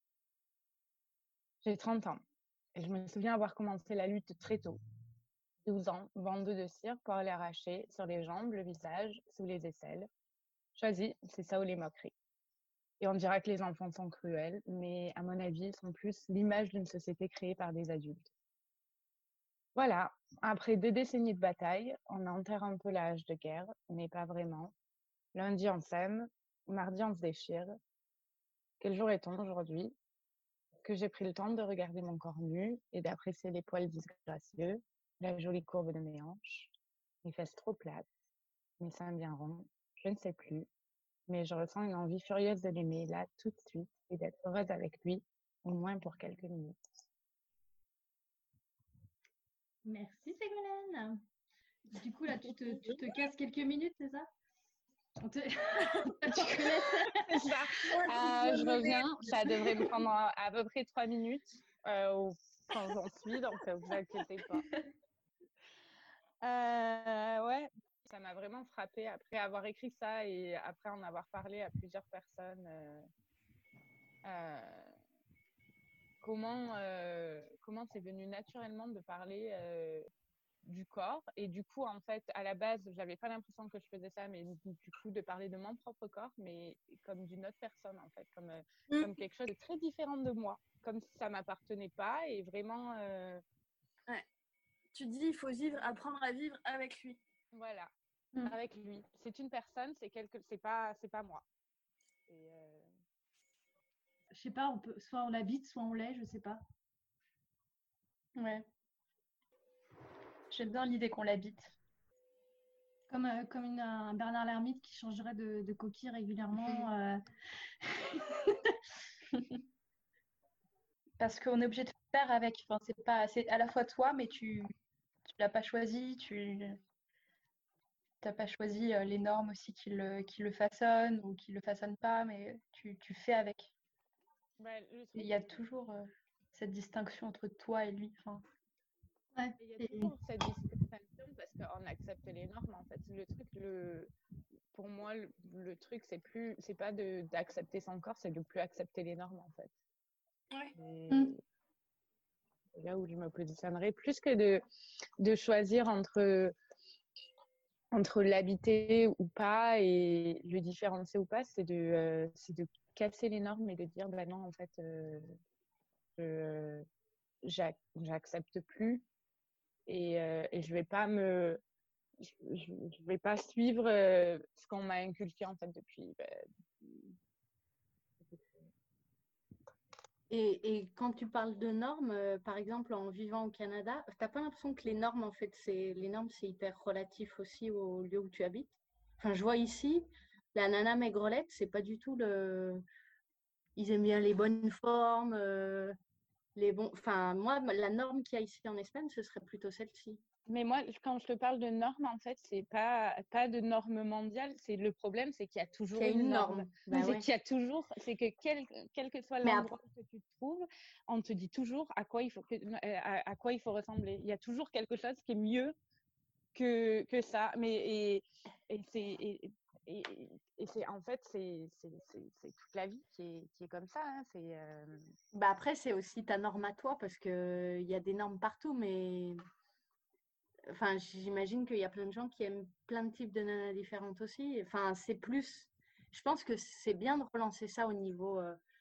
J'ai 30 ans et je me souviens avoir commencé la lutte très tôt. 12 ans, bandeau de cire, poil arraché, sur les jambes, le visage, sous les aisselles. Choisis, c'est ça ou les moqueries. Et on dira que les enfants sont cruels, mais à mon avis, ils sont plus l'image d'une société créée par des adultes. Voilà, après 2 décennies de bataille, on enterre un peu l'âge de guerre, mais pas vraiment. Lundi, on s'aime, mardi, on se déchire. Quel jour est-on aujourd'hui? Que j'ai pris le temps de regarder mon corps nu et d'apprécier les poils disgracieux, la jolie courbe de mes hanches, mes fesses trop plates, mes seins bien ronds. Je ne sais plus, mais je ressens une envie furieuse de l'aimer là, tout de suite, et d'être heureuse avec lui, au moins pour quelques minutes. Merci Ségolène. Du coup, là, tu te casses quelques minutes, c'est ça? Tu te laisses. Je reviens, ça devrait me prendre à peu près 3 minutes quand j'en suis, donc vous inquiétez pas. Ouais, ça m'a vraiment frappée après avoir écrit ça et après en avoir parlé à plusieurs personnes. Comment c'est venu naturellement de parler du corps. Et du coup, en fait, à la base, j'avais pas l'impression que je faisais ça, mais du coup, de parler de mon propre corps, mais comme d'une autre personne, en fait, comme quelque chose de très différent de moi, comme si ça m'appartenait pas et vraiment... Ouais. Tu dis, il faut apprendre à vivre avec lui. Voilà, avec lui. C'est une personne, c'est pas moi. Et, Je sais pas, soit on l'habite, soit on l'est, je sais pas. Ouais. J'aime bien l'idée qu'on l'habite. Comme un Bernard l'ermite qui changerait de coquille régulièrement. Parce qu'on est obligé de faire avec. Enfin, c'est à la fois toi, mais tu l'as pas choisi. Tu n'as pas choisi les normes aussi qui le façonnent ou qui le façonnent pas, mais tu fais avec. Bah, Il y a toujours cette distinction entre toi et lui. Enfin, ouais. Il y a toujours cette distinction parce qu'on accepte les normes en fait. Pour moi, le truc, c'est pas d'accepter son corps, c'est de plus accepter les normes en fait. Ouais. C'est là où je me positionnerais plus que de choisir entre l'habiter ou pas et le différencier ou pas, c'est de casser les normes et de dire bah non en fait j'accepte plus et je vais pas je vais pas suivre ce qu'on m'a inculqué en fait depuis. Et quand tu parles de normes, par exemple en vivant au Canada, t'as pas l'impression que les normes en fait c'est hyper relatif aussi au lieu où tu habites? Enfin, je vois ici la nana maigrelette, c'est pas du tout ils aiment bien les bonnes formes, les bons. Enfin, moi, la norme qu'il y a ici en Espagne, ce serait plutôt celle-ci. Mais moi, quand je te parle de normes, en fait, c'est pas de normes mondiales. C'est le problème, c'est qu'il y a toujours une norme. Bah C'est ouais. qu'il y a toujours, c'est que quel que soit l'endroit que tu te trouves, on te dit toujours à quoi il faut à quoi il faut ressembler. Il y a toujours quelque chose qui est mieux que ça. Mais c'est en fait c'est toute la vie qui est comme ça. Hein. Bah après, c'est aussi ta norme à toi parce que il y a des normes partout, mais enfin, j'imagine qu'il y a plein de gens qui aiment plein de types de nanas différentes aussi. Enfin, c'est plus. Je pense que c'est bien de relancer ça au niveau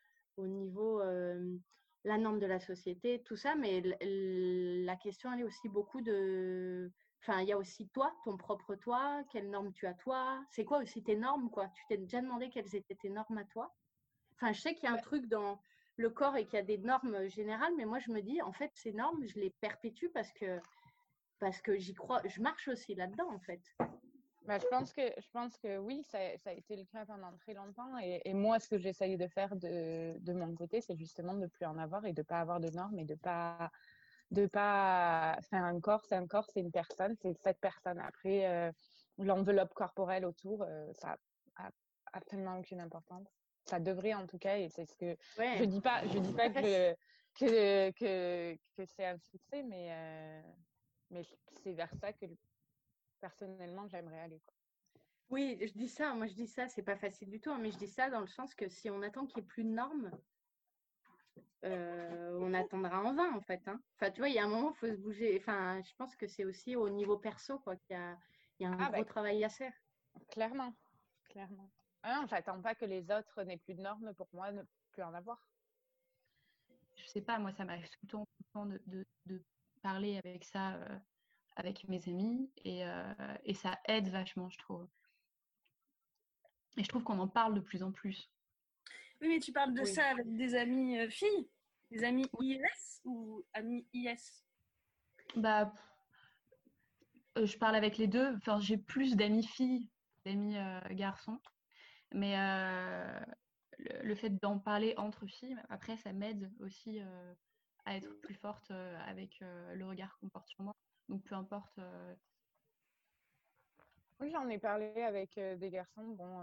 la norme de la société, tout ça, mais la question, elle est aussi beaucoup de. Enfin, il y a aussi toi, ton propre toi, quelles normes tu as toi, c'est quoi aussi tes normes, quoi. Tu t'es déjà demandé quelles étaient tes normes à toi? Enfin, je sais qu'il y a un truc dans le corps et qu'il y a des normes générales, mais moi, je me dis, en fait, ces normes, je les perpétue parce que j'y crois, je marche aussi là-dedans, en fait. Bah, je pense que oui, ça a été le cas pendant très longtemps. Et moi, ce que j'essaye de faire de mon côté, c'est justement de ne plus en avoir et de ne pas avoir de normes et de pas. Enfin, un corps, c'est une personne, c'est cette personne. Après, l'enveloppe corporelle autour, ça a absolument aucune importance. Ça devrait en tout cas, et c'est ce que je dis pas que c'est un succès, mais c'est vers ça que personnellement j'aimerais aller, quoi. Oui, je dis ça, c'est pas facile du tout, hein, mais je dis ça dans le sens que si on attend qu'il n'y ait plus de normes, on attendra en vain en fait. Hein. Enfin, tu vois, il y a un moment, il faut se bouger. Enfin, je pense que c'est aussi au niveau perso quoi, qu'il y a un gros travail à faire. Clairement. Ah non, j'attends pas que les autres n'aient plus de normes pour moi ne plus en avoir. Je sais pas, moi, ça m'arrive tout le temps de parler avec ça avec mes amis et ça aide vachement, je trouve. Et je trouve qu'on en parle de plus en plus. Oui, mais tu parles de ça avec des amis filles, des amis IS ou amis IS? Bah, je parle avec les deux. Enfin, j'ai plus d'amis filles, d'amis garçons. Mais le fait d'en parler entre filles, après, ça m'aide aussi à être plus forte avec le regard qu'on porte sur moi. Donc, peu importe. Oui, j'en ai parlé avec des garçons. Bon,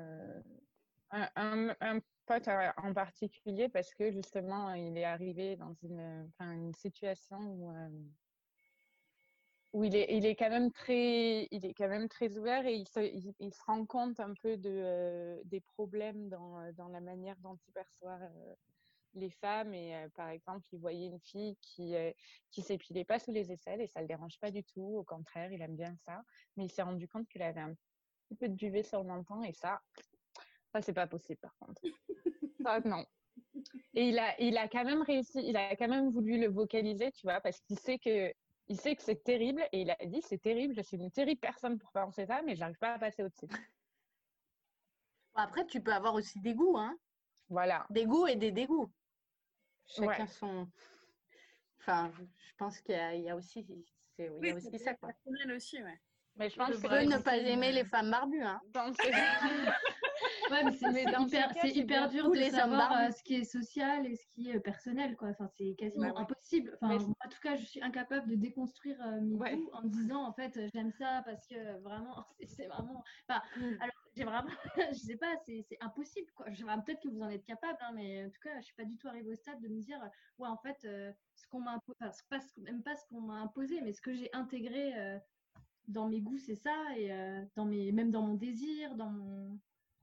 un pote en particulier parce que justement, il est arrivé dans une situation où il est quand même très ouvert et il se rend compte un peu des problèmes dans la manière dont il perçoit les femmes. Et par exemple, il voyait une fille qui s'épilait pas sous les aisselles et ça le dérange pas du tout. Au contraire, il aime bien ça. Mais il s'est rendu compte qu'elle avait un petit peu de duvet sur le menton et ça c'est pas possible par contre. Ça, non. Et il a quand même réussi, il a quand même voulu le vocaliser, tu vois, parce qu'il sait que c'est terrible et il a dit c'est terrible, je suis une terrible personne pour penser ça, mais j'arrive pas à passer au-dessus. Bon, après, tu peux avoir aussi des goûts, hein. Voilà. Des goûts et des dégoûts. Chacun Ouais. son... Enfin, je pense qu'il y a aussi, il y Oui, a aussi ça, quoi. personnel aussi, ouais. Mais je Tu pense que peux ne pas aimer les femmes barbues, hein. dans ce... Ouais, mais Mais dans ce cas, c'est c'est hyper bien. dur Ou de les hommes savoir barbus. ce qui est social et ce qui est personnel, quoi. Enfin, c'est quasiment Bah ouais. impossible. Enfin, Mais moi, en tout cas, je suis incapable de déconstruire mes ouais. goûts en me disant, en fait, j'aime ça parce que vraiment, c'est vraiment. Enfin, alors, j'ai vraiment, je sais pas, c'est impossible, quoi. Peut-être que vous en êtes capable, hein, mais en tout cas, je suis pas du tout arrivée au stade de me dire, ouais, en fait, ce qu'on m'a imposé, enfin, même pas ce qu'on m'a imposé, mais ce que j'ai intégré dans mes goûts, c'est ça, et même dans mon désir, dans mon.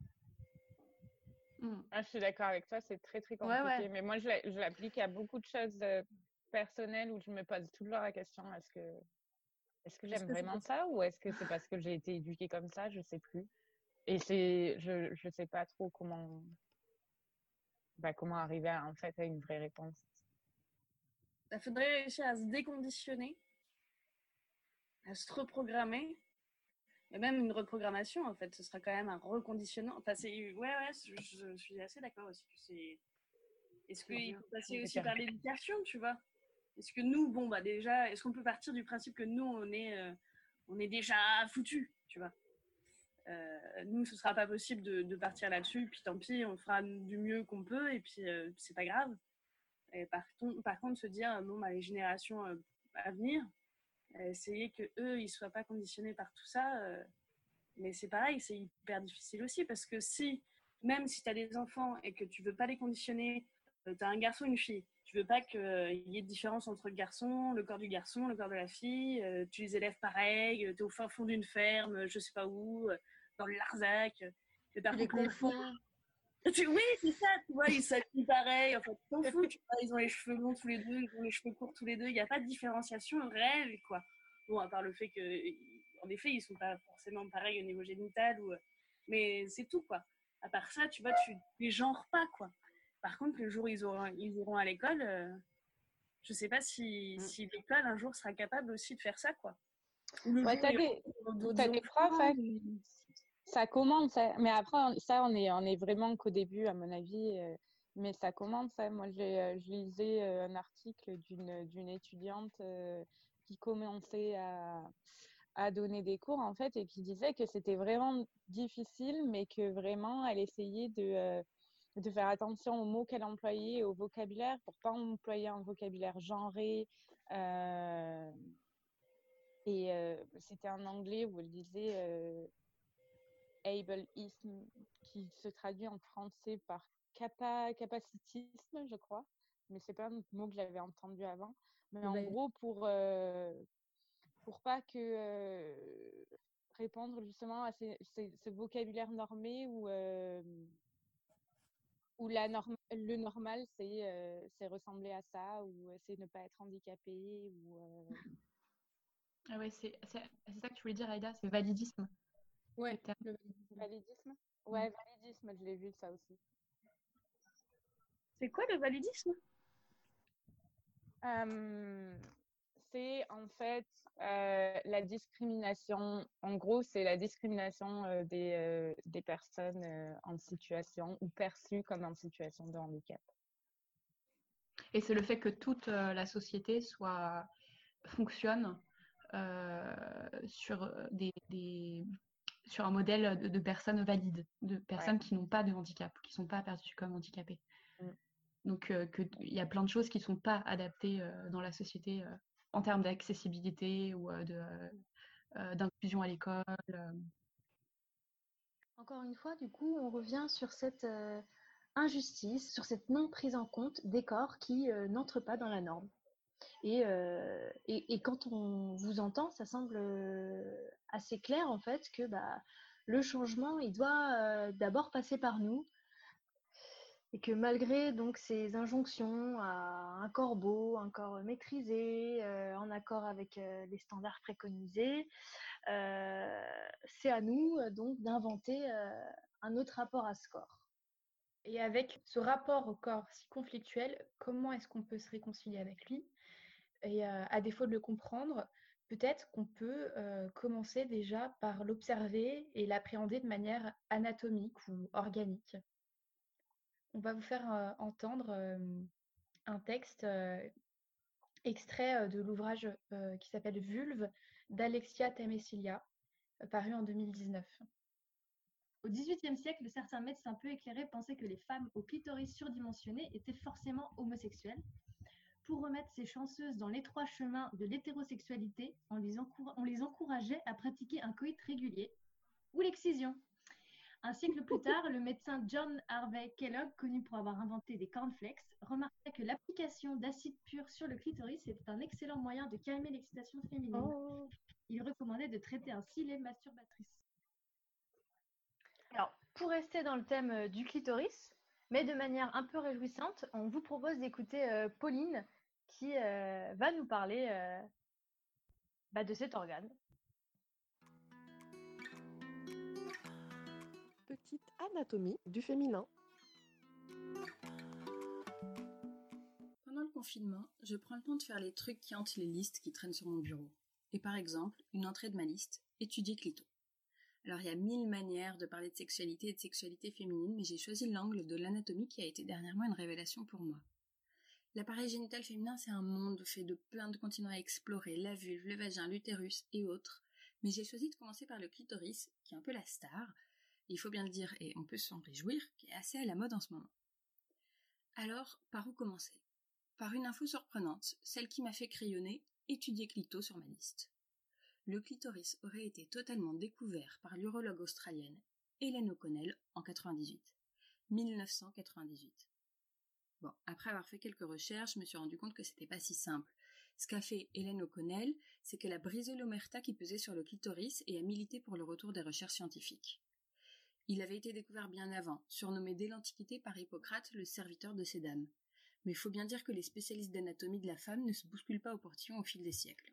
Ah, je suis d'accord avec toi, c'est très très Ouais, compliqué. ouais. Mais moi, je l'applique à beaucoup de choses personnelles où je me pose toujours la question, est-ce que j'aime vraiment ça ou est-ce que c'est parce que j'ai été éduquée comme ça? Je sais plus. Et je sais pas trop comment arriver en fait à une vraie réponse. Il faudrait réussir à se déconditionner, à se reprogrammer. Et même une reprogrammation, en fait, ce sera quand même un reconditionnement. Enfin, je suis assez d'accord aussi que c'est. Est-ce qu'il faut passer aussi par l'éducation, tu vois? Est-ce que nous, bon, bah déjà, est-ce qu'on peut partir du principe que nous, on est déjà foutus, tu vois? Nous, ce sera pas possible de partir là-dessus, puis tant pis, on fera du mieux qu'on peut, et puis c'est pas grave. Et par contre, se dire, bon, bah, les générations à venir, essayer qu'eux, ils soient pas conditionnés par tout ça. Mais c'est pareil, c'est hyper difficile aussi parce que même si tu as des enfants et que tu veux pas les conditionner, tu as un garçon, une fille, tu veux pas qu'il y ait de différence entre le garçon, le corps du garçon, le corps de la fille, tu les élèves pareil, tu es au fin fond d'une ferme, je sais pas où, dans le Larzac, Tu les confonds. Oui, c'est ça, tu vois, ils s'habillent pareil, enfin, tu t'en fous, tu vois, ils ont les cheveux longs tous les deux, ils ont les cheveux courts tous les deux, il n'y a pas de différenciation réelle, quoi. Bon, à part le fait qu'en effet, ils ne sont pas forcément pareils au niveau génital, mais c'est tout, quoi. À part ça, tu vois, tu les genres pas, quoi. Par contre, le jour où ils iront à l'école, je ne sais pas si l'école, un jour, sera capable aussi de faire ça, quoi. Ouais, t'as des profs, hein, ça commence, hein. Mais après, ça, on est vraiment qu'au début, à mon avis. Mais ça commence, hein. Moi, je lisais un article d'une étudiante qui commençait à donner des cours, en fait, et qui disait que c'était vraiment difficile, mais que vraiment, elle essayait de faire attention aux mots qu'elle employait, au vocabulaire, pour pas employer un vocabulaire genré. Et c'était en anglais où elle disait ableisme, qui se traduit en français par capacitisme, je crois. Mais c'est pas un mot que j'avais entendu avant. Mais en gros, pour pas que répondre justement à ce vocabulaire normé où le normal, c'est ressembler à ça, ou c'est ne pas être handicapé, ou... Ah ouais, c'est ça que tu voulais dire, Aïda, c'est validisme. Ouais, validisme. Ouais, validisme, je l'ai vu ça aussi. C'est quoi le validisme? C'est en fait la discrimination. En gros, c'est la discrimination des personnes en situation ou perçues comme en situation de handicap. Et c'est le fait que toute la société fonctionne sur sur un modèle de personnes valides, de personnes qui n'ont pas de handicap, qui ne sont pas perçues comme handicapées. Donc, il y a plein de choses qui ne sont pas adaptées dans la société en termes d'accessibilité ou d'inclusion à l'école. Encore une fois, du coup, on revient sur cette injustice, sur cette non prise en compte des corps qui n'entrent pas dans la norme. Et quand on vous entend, ça semble assez clair en fait que le changement, il doit d'abord passer par nous. Et que malgré donc ces injonctions à un corps beau, un corps maîtrisé, en accord avec les standards préconisés, c'est à nous donc d'inventer un autre rapport à ce corps. Et avec ce rapport au corps si conflictuel, comment est-ce qu'on peut se réconcilier avec lui? Et à défaut de le comprendre, peut-être qu'on peut commencer déjà par l'observer et l'appréhender de manière anatomique ou organique. On va vous faire entendre un texte extrait de l'ouvrage qui s'appelle Vulve d'Alexia Temesilia, paru en 2019. Au XVIIIe siècle, certains médecins peu éclairés pensaient que les femmes au clitoris surdimensionné étaient forcément homosexuelles. Pour remettre ces chanceuses dans l'étroit chemin de l'hétérosexualité, on les encourageait à pratiquer un coït régulier ou l'excision. Un siècle plus tard, le médecin John Harvey Kellogg, connu pour avoir inventé des cornflakes, remarqua que l'application d'acide pur sur le clitoris était un excellent moyen de calmer l'excitation féminine. Il recommandait de traiter ainsi les masturbatrices. Alors, pour rester dans le thème du clitoris, mais de manière un peu réjouissante, on vous propose d'écouter Pauline qui va nous parler de cet organe. Petite anatomie du féminin. Pendant le confinement, je prends le temps de faire les trucs qui hantent les listes qui traînent sur mon bureau. Et par exemple, une entrée de ma liste, étudier clito. Alors il y a 1000 manières de parler de sexualité et de sexualité féminine, mais j'ai choisi l'angle de l'anatomie qui a été dernièrement une révélation pour moi. L'appareil génital féminin, c'est un monde fait de plein de continents à explorer, la vulve, le vagin, l'utérus et autres. Mais j'ai choisi de commencer par le clitoris, qui est un peu la star, il faut bien le dire et on peut s'en réjouir, qui est assez à la mode en ce moment. Alors, par où commencer ? Par une info surprenante, celle qui m'a fait crayonner « Étudier clito » sur ma liste. Le clitoris aurait été totalement découvert par l'urologue australienne Helen O'Connell en 1998. Bon, après avoir fait quelques recherches, je me suis rendu compte que c'était pas si simple. Ce qu'a fait Helen O'Connell, c'est qu'elle a brisé l'omerta qui pesait sur le clitoris et a milité pour le retour des recherches scientifiques. Il avait été découvert bien avant, surnommé dès l'Antiquité par Hippocrate le serviteur de ces dames. Mais il faut bien dire que les spécialistes d'anatomie de la femme ne se bousculent pas au portillon au fil des siècles.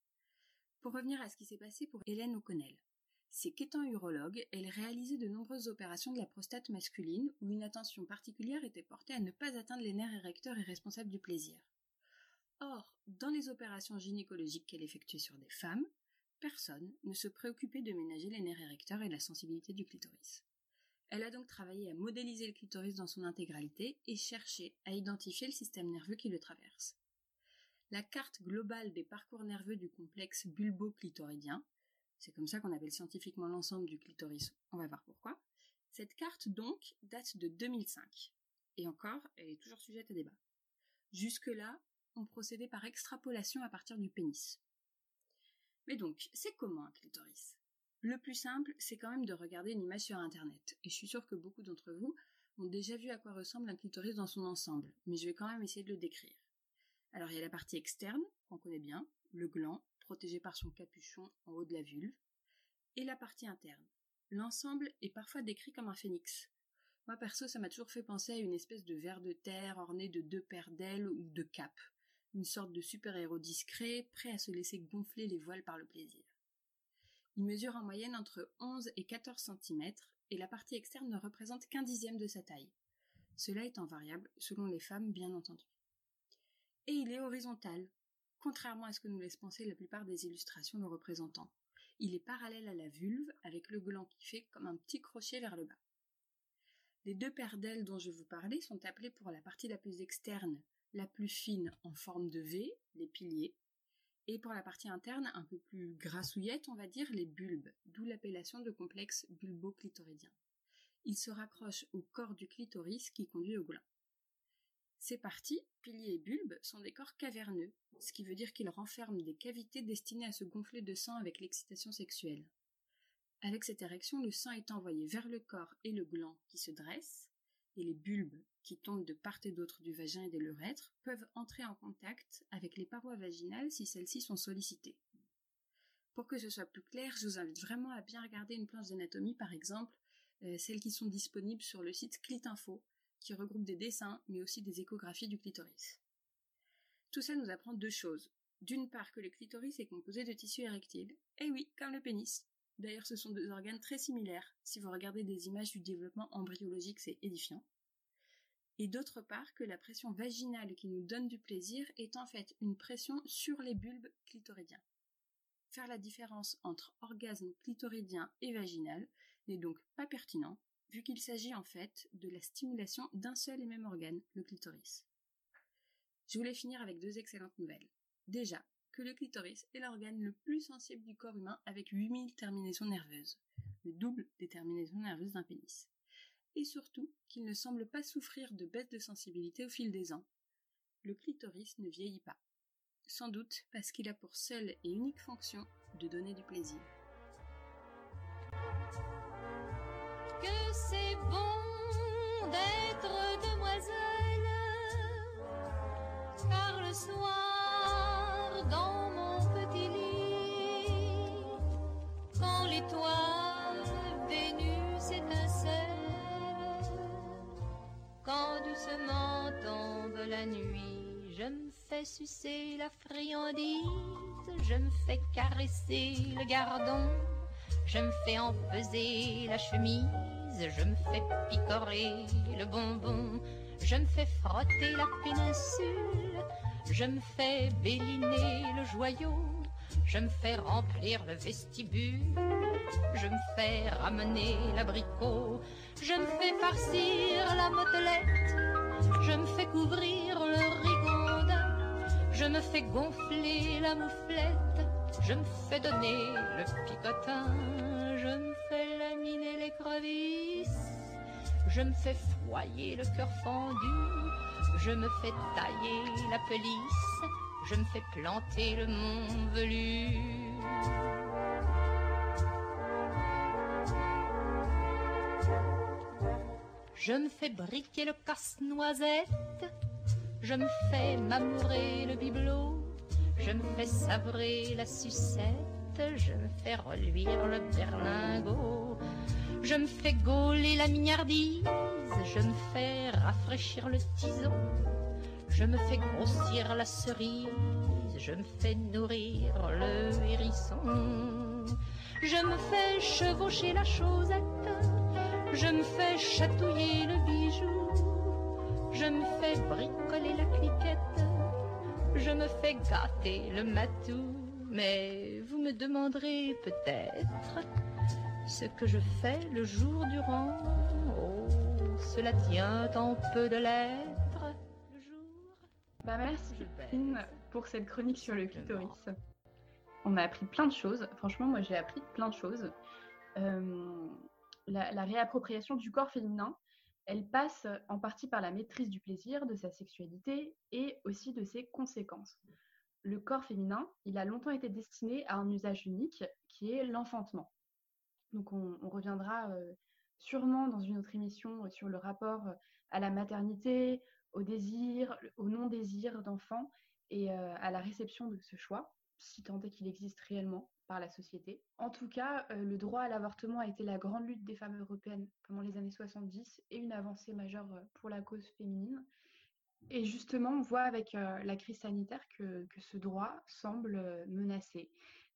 Pour revenir à ce qui s'est passé pour Helen O'Connell, c'est qu'étant urologue, elle réalisait de nombreuses opérations de la prostate masculine où une attention particulière était portée à ne pas atteindre les nerfs érecteurs et responsables du plaisir. Or, dans les opérations gynécologiques qu'elle effectuait sur des femmes, personne ne se préoccupait de ménager les nerfs érecteurs et la sensibilité du clitoris. Elle a donc travaillé à modéliser le clitoris dans son intégralité et cherché à identifier le système nerveux qui le traverse. La carte globale des parcours nerveux du complexe bulbo-clitoridien, c'est comme ça qu'on appelle scientifiquement l'ensemble du clitoris, on va voir pourquoi. Cette carte donc date de 2005, et encore, elle est toujours sujette à débat. Jusque-là, on procédait par extrapolation à partir du pénis. Mais donc, c'est comment un clitoris ? Le plus simple, c'est quand même de regarder une image sur internet, et je suis sûre que beaucoup d'entre vous ont déjà vu à quoi ressemble un clitoris dans son ensemble, mais je vais quand même essayer de le décrire. Alors il y a la partie externe, qu'on connaît bien, le gland, protégé par son capuchon en haut de la vulve, et la partie interne. L'ensemble est parfois décrit comme un phénix. Moi perso, ça m'a toujours fait penser à une espèce de ver de terre orné de 2 paires d'ailes ou de capes, une sorte de super-héros discret, prêt à se laisser gonfler les voiles par le plaisir. Il mesure en moyenne entre 11 et 14 cm, et la partie externe ne représente qu'1 dixième de sa taille. Cela étant variable selon les femmes, bien entendu. Et il est horizontal, contrairement à ce que nous laissent penser la plupart des illustrations le représentant. Il est parallèle à la vulve, avec le gland qui fait comme un petit crochet vers le bas. Les 2 paires d'ailes dont je vous parlais sont appelées pour la partie la plus externe, la plus fine en forme de V, les piliers, et pour la partie interne un peu plus grassouillette, on va dire, les bulbes, d'où l'appellation de complexe bulbo-clitoridien. Il se raccroche au corps du clitoris qui conduit au gland. Ces parties, piliers et bulbes, sont des corps caverneux, ce qui veut dire qu'ils renferment des cavités destinées à se gonfler de sang avec l'excitation sexuelle. Avec cette érection, le sang est envoyé vers le corps et le gland qui se dressent, et les bulbes, qui tombent de part et d'autre du vagin et de l'urètre, peuvent entrer en contact avec les parois vaginales si celles-ci sont sollicitées. Pour que ce soit plus clair, je vous invite vraiment à bien regarder une planche d'anatomie, par exemple, celles qui sont disponibles sur le site Clitinfo, qui regroupe des dessins, mais aussi des échographies du clitoris. Tout ça nous apprend 2 choses. D'une part, que le clitoris est composé de tissu érectile. Eh oui, comme le pénis. D'ailleurs, ce sont 2 organes très similaires. Si vous regardez des images du développement embryologique, c'est édifiant. Et d'autre part, que la pression vaginale qui nous donne du plaisir est en fait une pression sur les bulbes clitoridiens. Faire la différence entre orgasme clitoridien et vaginal n'est donc pas pertinent, vu qu'il s'agit en fait de la stimulation d'un seul et même organe, le clitoris. Je voulais finir avec 2 excellentes nouvelles. Déjà, que le clitoris est l'organe le plus sensible du corps humain avec 8000 terminaisons nerveuses, le double des terminaisons nerveuses d'un pénis. Et surtout, qu'il ne semble pas souffrir de baisse de sensibilité au fil des ans. Le clitoris ne vieillit pas. Sans doute parce qu'il a pour seule et unique fonction de donner du plaisir. Que c'est bon d'être demoiselle, car le soir dans mon petit lit, quand l'étoile Vénus étincelle, quand doucement tombe la nuit, je me fais sucer la friandise, je me fais caresser le gardon, je me fais empeser la chemise, je me fais picorer le bonbon, je me fais frotter la péninsule, je me fais béliner le joyau, je me fais remplir le vestibule, je me fais ramener l'abricot, je me fais farcir la motelette, je me fais couvrir le rigondin, je me fais gonfler la mouflette, je me fais donner le picotin, je me fais laminer les crevisses, je me fais foyer le cœur fendu, je me fais tailler la pelisse, je me fais planter le mont velu. Je me fais briquer le casse-noisette, je me fais m'amourer le bibelot, je me fais sabrer la sucette, je me fais reluire le berlingot, je me fais gauler la mignardise, je me fais rafraîchir le tison, je me fais grossir la cerise, je me fais nourrir le hérisson, je me fais chevaucher la chaussette, je me fais chatouiller le bijou, je me fais bricoler la cliquette, je me fais gâter le matou. Mais vous me demanderez peut-être ce que je fais le jour durant. Oh, cela tient en peu de lettres. Le jour. Merci Catherine pour cette chronique sur le clitoris. On a appris plein de choses. Franchement, moi j'ai appris plein de choses. La réappropriation du corps féminin, elle passe en partie par la maîtrise du plaisir, de sa sexualité et aussi de ses conséquences. Le corps féminin, il a longtemps été destiné à un usage unique qui est l'enfantement. Donc on reviendra sûrement dans une autre émission sur le rapport à la maternité, au désir, au non-désir d'enfant et à la réception de ce choix, si tant est qu'il existe réellement par la société. En tout cas, le droit à l'avortement a été la grande lutte des femmes européennes pendant les années 70 et une avancée majeure pour la cause féminine. Et justement, on voit avec la crise sanitaire que ce droit semble menacé.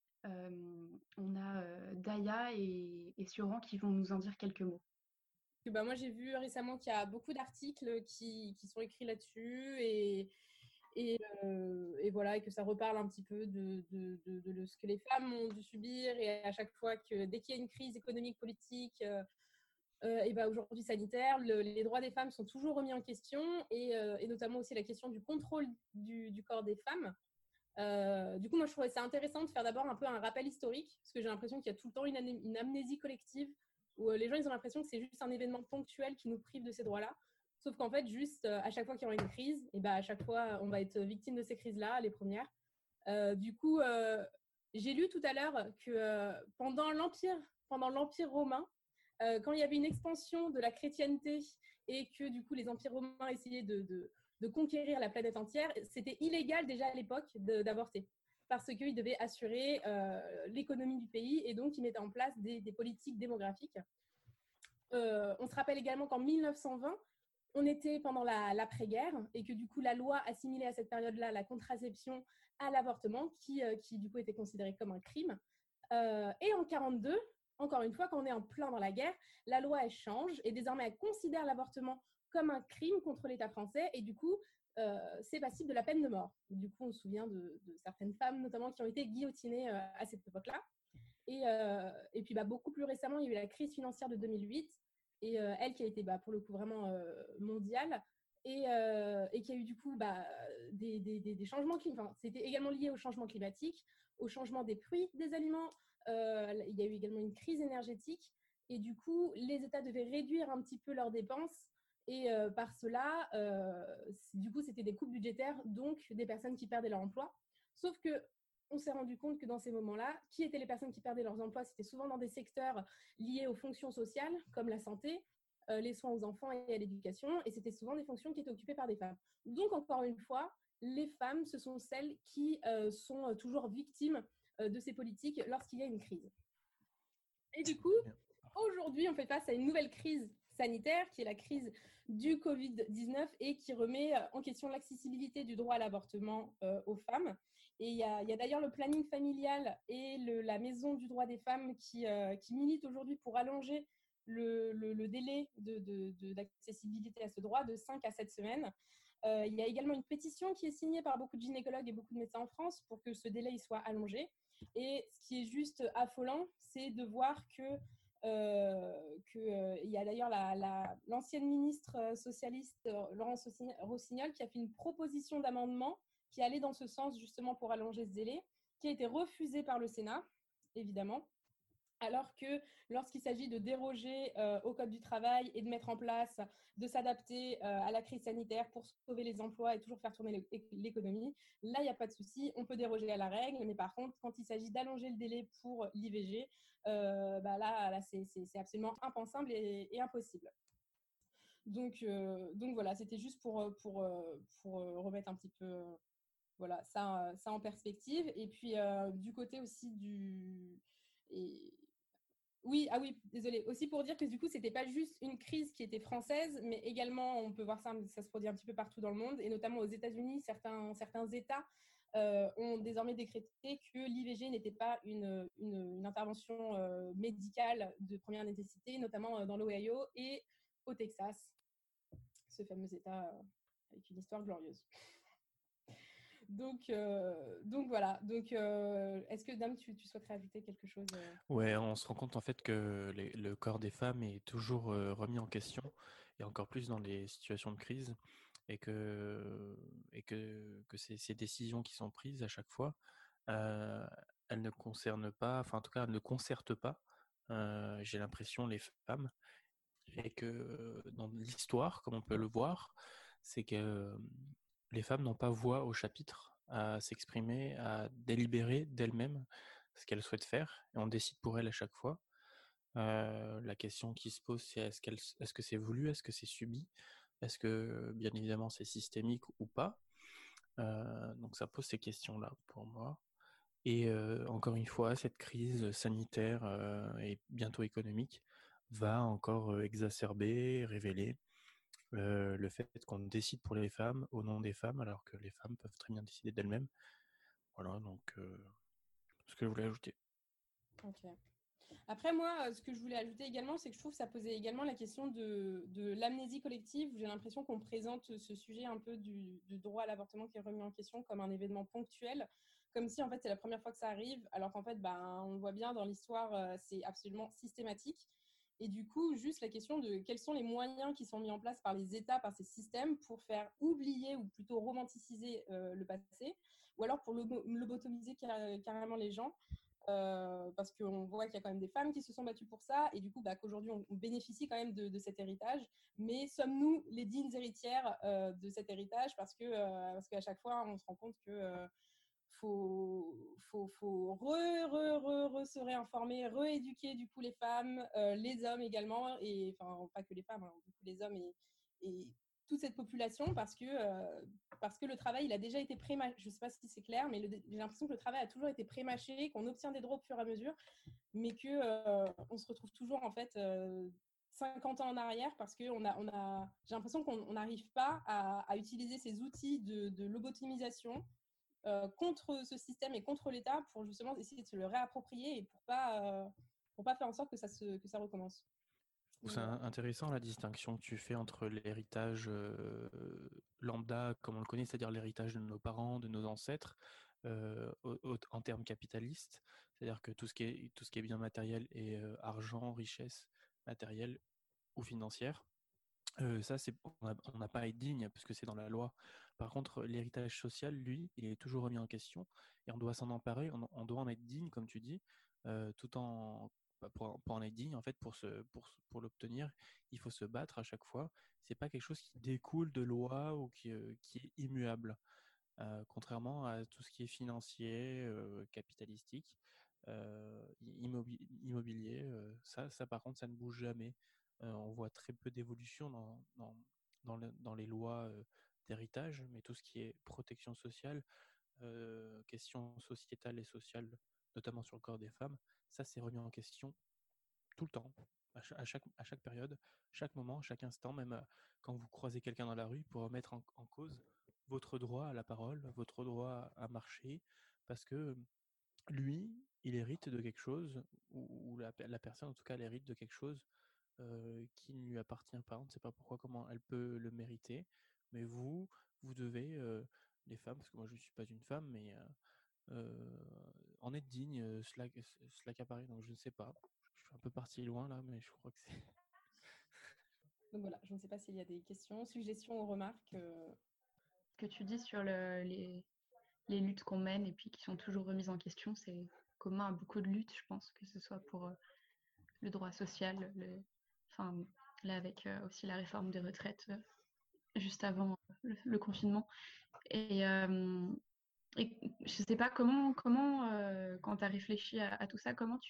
On a Daya et Sioran qui vont nous en dire quelques mots. Moi, j'ai vu récemment qu'il y a beaucoup d'articles qui sont écrits là-dessus et voilà, et que ça reparle un petit peu de ce que les femmes ont dû subir, et à chaque fois que dès qu'il y a une crise économique, politique, aujourd'hui sanitaire, les droits des femmes sont toujours remis en question, et notamment aussi la question du contrôle du corps des femmes. Du coup, moi, je trouvais ça intéressant de faire d'abord un peu un rappel historique, parce que j'ai l'impression qu'il y a tout le temps une amnésie collective, où les gens ils ont l'impression que c'est juste un événement ponctuel qui nous prive de ces droits-là. Sauf qu'en fait, juste à chaque fois qu'il y aura une crise, et à chaque fois, on va être victime de ces crises-là, les premières. Du coup, j'ai lu tout à l'heure que pendant l'Empire romain, quand il y avait une expansion de la chrétienté et que du coup les empires romains essayaient de conquérir la planète entière, c'était illégal déjà à l'époque d'avorter, parce qu'ils devaient assurer l'économie du pays, et donc ils mettaient en place des politiques démographiques. On se rappelle également qu'en 1920, on était pendant l'après-guerre, et que du coup la loi assimilait à cette période-là la contraception à l'avortement, qui du coup était considéré comme un crime. Et en 1942, encore une fois, quand on est en plein dans la guerre, la loi elle change, et désormais elle considère l'avortement comme un crime contre l'État français, et du coup c'est passible de la peine de mort. Du coup, on se souvient de certaines femmes, notamment, qui ont été guillotinées à cette époque-là. Et puis, beaucoup plus récemment, il y a eu la crise financière de 2008, et elle qui a été, pour le coup, vraiment mondiale, et qui a eu, du coup, des changements climatiques. Enfin, c'était également lié au changement climatique, au changement des prix des aliments. Il y a eu également une crise énergétique, et du coup, les États devaient réduire un petit peu leurs dépenses. Et par cela, du coup, c'était des coupes budgétaires, donc des personnes qui perdaient leur emploi. Sauf qu'on s'est rendu compte que dans ces moments-là, qui étaient les personnes qui perdaient leurs emplois? C'était souvent dans des secteurs liés aux fonctions sociales, comme la santé, les soins aux enfants et à l'éducation, et c'était souvent des fonctions qui étaient occupées par des femmes. Donc, encore une fois, les femmes, ce sont celles qui sont toujours victimes de ces politiques lorsqu'il y a une crise. Et du coup, aujourd'hui, on fait face à une nouvelle crise sanitaire, qui est la crise du Covid-19 et qui remet en question l'accessibilité du droit à l'avortement aux femmes. Et il y a d'ailleurs le planning familial et la Maison du droit des femmes qui militent aujourd'hui pour allonger le délai d'accessibilité à ce droit de 5 à 7 semaines. Il y a également une pétition qui est signée par beaucoup de gynécologues et beaucoup de médecins en France pour que ce délai soit allongé. Et ce qui est juste affolant, c'est de voir que il y a d'ailleurs l'ancienne ministre socialiste Laurence Rossignol qui a fait une proposition d'amendement qui allait dans ce sens justement pour allonger ce délai, qui a été refusée par le Sénat, évidemment, alors que lorsqu'il s'agit de déroger au Code du travail et de mettre en place, de s'adapter à la crise sanitaire pour sauver les emplois et toujours faire tourner l'économie, là, il n'y a pas de souci, on peut déroger à la règle, mais par contre, quand il s'agit d'allonger le délai pour l'IVG, là c'est absolument impensable et impossible. Donc voilà, c'était juste pour remettre un petit peu voilà, ça en perspective. Et puis, du côté aussi Oui, désolée. Aussi pour dire que du coup, ce n'était pas juste une crise qui était française, mais également, on peut voir ça se produit un petit peu partout dans le monde, et notamment aux États-Unis, certains États ont désormais décrété que l'IVG n'était pas une intervention médicale de première nécessité, notamment dans l'Ohio et au Texas, ce fameux État avec une histoire glorieuse. Donc voilà. Donc, est-ce que, Dame, tu souhaiterais ajouter quelque chose Ouais, on se rend compte en fait que le corps des femmes est toujours remis en question, et encore plus dans les situations de crise, et que ces décisions qui sont prises à chaque fois, elles ne concernent pas, enfin en tout cas, elles ne concertent pas, j'ai l'impression, les femmes, et que dans l'histoire, comme on peut le voir, c'est que les femmes n'ont pas voix au chapitre, à s'exprimer, à délibérer d'elles-mêmes ce qu'elles souhaitent faire, et on décide pour elles à chaque fois. La question qui se pose, c'est est-ce que c'est voulu, est-ce que c'est subi, est-ce que bien évidemment c'est systémique ou pas. Donc ça pose ces questions-là pour moi. Et encore une fois, cette crise sanitaire et bientôt économique va encore exacerber, révéler le fait qu'on décide pour les femmes au nom des femmes, alors que les femmes peuvent très bien décider d'elles-mêmes. Voilà, donc ce que je voulais ajouter. Ok. Après, moi, ce que je voulais ajouter également, c'est que je trouve que ça posait également la question de l'amnésie collective. J'ai l'impression qu'on présente ce sujet un peu du droit à l'avortement qui est remis en question comme un événement ponctuel, comme si en fait c'est la première fois que ça arrive, alors qu'en fait, on le voit bien dans l'histoire, c'est absolument systématique. Et du coup, juste la question de quels sont les moyens qui sont mis en place par les États, par ces systèmes, pour faire oublier ou plutôt romanticiser le passé, ou alors pour lobotomiser carrément les gens. Parce qu'on voit qu'il y a quand même des femmes qui se sont battues pour ça, et du coup qu'aujourd'hui on bénéficie quand même de cet héritage, mais sommes-nous les dignes héritières de cet héritage, parce qu'à chaque fois on se rend compte que faut se réinformer, rééduquer du coup les femmes, les hommes également, et enfin pas que les femmes, hein, du coup les hommes et toute cette population, parce que le travail il a déjà été prémâché. Je ne sais pas si c'est clair, mais j'ai l'impression que le travail a toujours été prémâché, qu'on obtient des droits au fur et à mesure, mais qu'on se retrouve toujours en fait 50 ans en arrière, parce que j'ai l'impression qu'on n'arrive pas à utiliser ces outils de lobotomisation contre ce système et contre l'État, pour justement essayer de se le réapproprier et pour pas faire en sorte que ça recommence. trouve ça intéressant la distinction que tu fais entre l'héritage lambda, comme on le connaît, c'est-à-dire l'héritage de nos parents, de nos ancêtres, en termes capitalistes, c'est-à-dire que tout ce qui est bien matériel et argent, richesse matérielle ou financière. Ça, on n'a pas à être digne parce que c'est dans la loi. Par contre, l'héritage social, lui, il est toujours remis en question et on doit s'en emparer, on doit en être digne, comme tu dis, tout en pour en être digne, en fait, pour l'obtenir, il faut se battre à chaque fois. C'est pas quelque chose qui découle de loi ou qui est immuable. Contrairement à tout ce qui est financier, capitalistique, immobilier, ça par contre, ça ne bouge jamais. On voit très peu d'évolution dans les lois d'héritage, mais tout ce qui est protection sociale, questions sociétales et sociales, notamment sur le corps des femmes, ça c'est remis en question tout le temps, à chaque période, chaque moment, chaque instant, même quand vous croisez quelqu'un dans la rue, pour remettre en cause votre droit à la parole, votre droit à marcher, parce que lui, il hérite de quelque chose, ou la personne en tout cas, elle hérite de quelque chose qui ne lui appartient pas. On ne sait pas pourquoi, comment elle peut le mériter, mais vous devez, les femmes, parce que moi je ne suis pas une femme, mais en être digne, cela qu'apparaît, donc je ne sais pas. Je suis un peu parti loin là, mais je crois que c'est. Donc voilà, je ne sais pas s'il y a des questions, suggestions ou remarques. Ce que tu dis sur les luttes qu'on mène et puis qui sont toujours remises en question, c'est commun à beaucoup de luttes, je pense, que ce soit pour le droit social, enfin, là avec aussi la réforme des retraites juste avant le confinement. Et je sais pas comment quand tu as réfléchi à tout ça, comment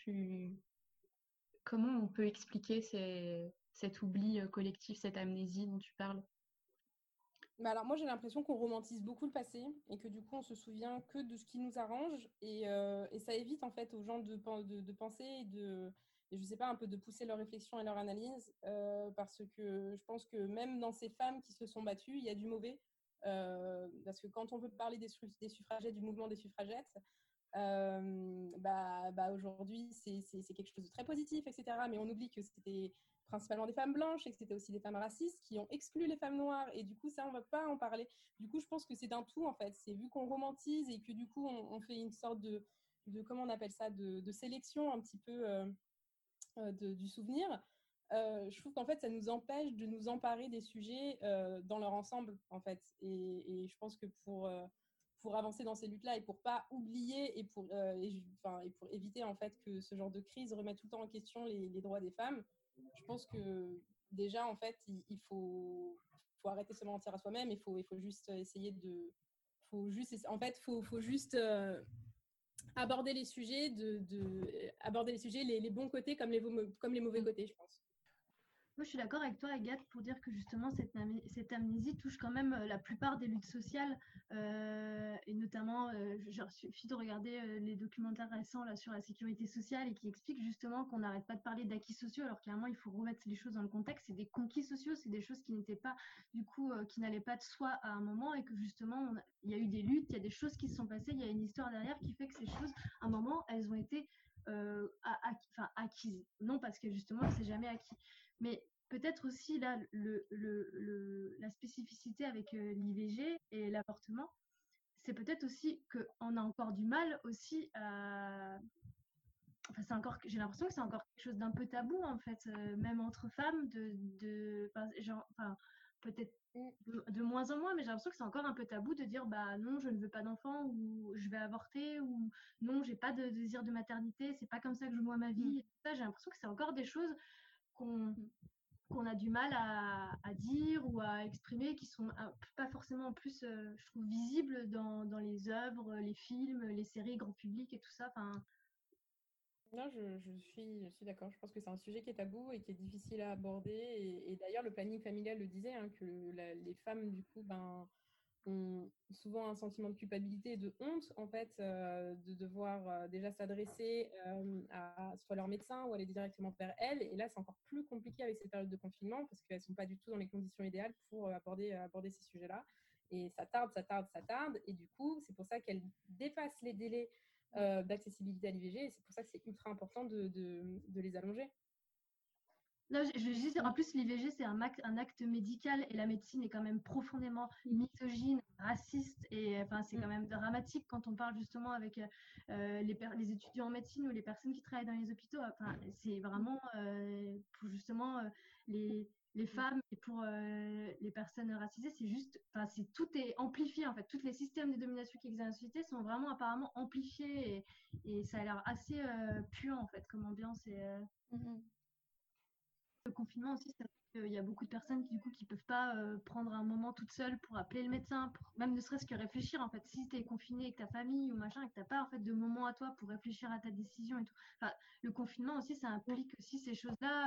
on peut expliquer cet oubli collectif, cette amnésie dont tu parles? Mais alors moi j'ai l'impression qu'on romantise beaucoup le passé et que du coup on se souvient que de ce qui nous arrange et ça évite en fait aux gens de penser et je sais pas, un peu de pousser leur réflexion et leur analyse parce que je pense que même dans ces femmes qui se sont battues, il y a du mauvais parce que quand on veut parler des suffragettes, du mouvement des suffragettes, aujourd'hui c'est quelque chose de très positif, etc. Mais on oublie que c'était principalement des femmes blanches et que c'était aussi des femmes racistes qui ont exclu les femmes noires et du coup ça on va pas en parler. Du coup je pense que c'est un tout en fait, c'est vu qu'on romantise et que du coup on fait une sorte de comment on appelle ça, de sélection un petit peu du souvenir. Je trouve qu'en fait ça nous empêche de nous emparer des sujets dans leur ensemble en fait et je pense que pour avancer dans ces luttes-là et pour pas oublier et pour éviter en fait que ce genre de crise remette tout le temps en question les droits des femmes, je pense que déjà en fait il faut arrêter de se mentir à soi-même, il faut juste essayer de faut juste aborder les sujets aborder les sujets, les bons côtés comme les mauvais côtés, je pense. Moi, je suis d'accord avec toi, Agathe, pour dire que justement, cette amnésie touche quand même la plupart des luttes sociales. Et notamment, il suffit de regarder les documentaires récents là, sur la sécurité sociale et qui expliquent justement qu'on n'arrête pas de parler d'acquis sociaux, alors qu'à un moment, il faut remettre les choses dans le contexte. C'est des conquis sociaux, c'est des choses qui n'étaient pas, du coup, qui n'allaient pas de soi à un moment et que justement, il y a eu des luttes, il y a des choses qui se sont passées, il y a une histoire derrière qui fait que ces choses, à un moment, elles ont été acquises. Non, parce que justement, c'est jamais acquis. Mais peut-être aussi là, la spécificité avec l'IVG et l'avortement, c'est peut-être aussi qu'on a encore du mal aussi à... Enfin, j'ai l'impression que c'est encore quelque chose d'un peu tabou, en fait, même entre femmes, peut-être de moins en moins, mais j'ai l'impression que c'est encore un peu tabou de dire bah non, je ne veux pas d'enfant, ou je vais avorter, ou non, j'ai pas de désir de maternité, c'est pas comme ça que je vois ma vie. Ça, j'ai l'impression que c'est encore des choses qu'on a du mal à dire ou à exprimer, qui sont pas forcément en plus, je trouve, visibles dans les œuvres, les films, les séries grand public et tout ça. Enfin, non, je suis d'accord. Je pense que c'est un sujet qui est tabou et qui est difficile à aborder. Et d'ailleurs, le planning familial le disait, hein, que les femmes, du coup, ont souvent un sentiment de culpabilité et de honte, en fait, de devoir déjà s'adresser à soit leur médecin ou aller directement vers elles. Et là, c'est encore plus compliqué avec ces périodes de confinement parce qu'elles ne sont pas du tout dans les conditions idéales pour aborder ces sujets-là. Et ça tarde. Et du coup, c'est pour ça qu'elles dépassent les délais d'accessibilité à l'IVG, et c'est pour ça que c'est ultra important de les allonger. Non, je vais juste dire, en plus, l'IVG, c'est un acte médical et la médecine est quand même profondément misogyne, raciste et enfin, c'est quand même dramatique quand on parle justement avec les étudiants en médecine ou les personnes qui travaillent dans les hôpitaux. Enfin, c'est vraiment pour justement les femmes et pour les personnes racisées, c'est juste, enfin, tout est amplifié en fait. Tous les systèmes de domination qui existent dans la société sont vraiment apparemment amplifiés et ça a l'air assez puant en fait comme ambiance et le confinement aussi, ça fait qu'il y a beaucoup de personnes qui, du coup, qui peuvent pas prendre un moment toute seule pour appeler le médecin, même ne serait-ce que réfléchir, en fait. Si tu es confiné avec ta famille ou machin, et que tu n'as pas, en fait, de moment à toi pour réfléchir à ta décision et tout. Enfin, le confinement aussi, ça implique aussi ces choses-là,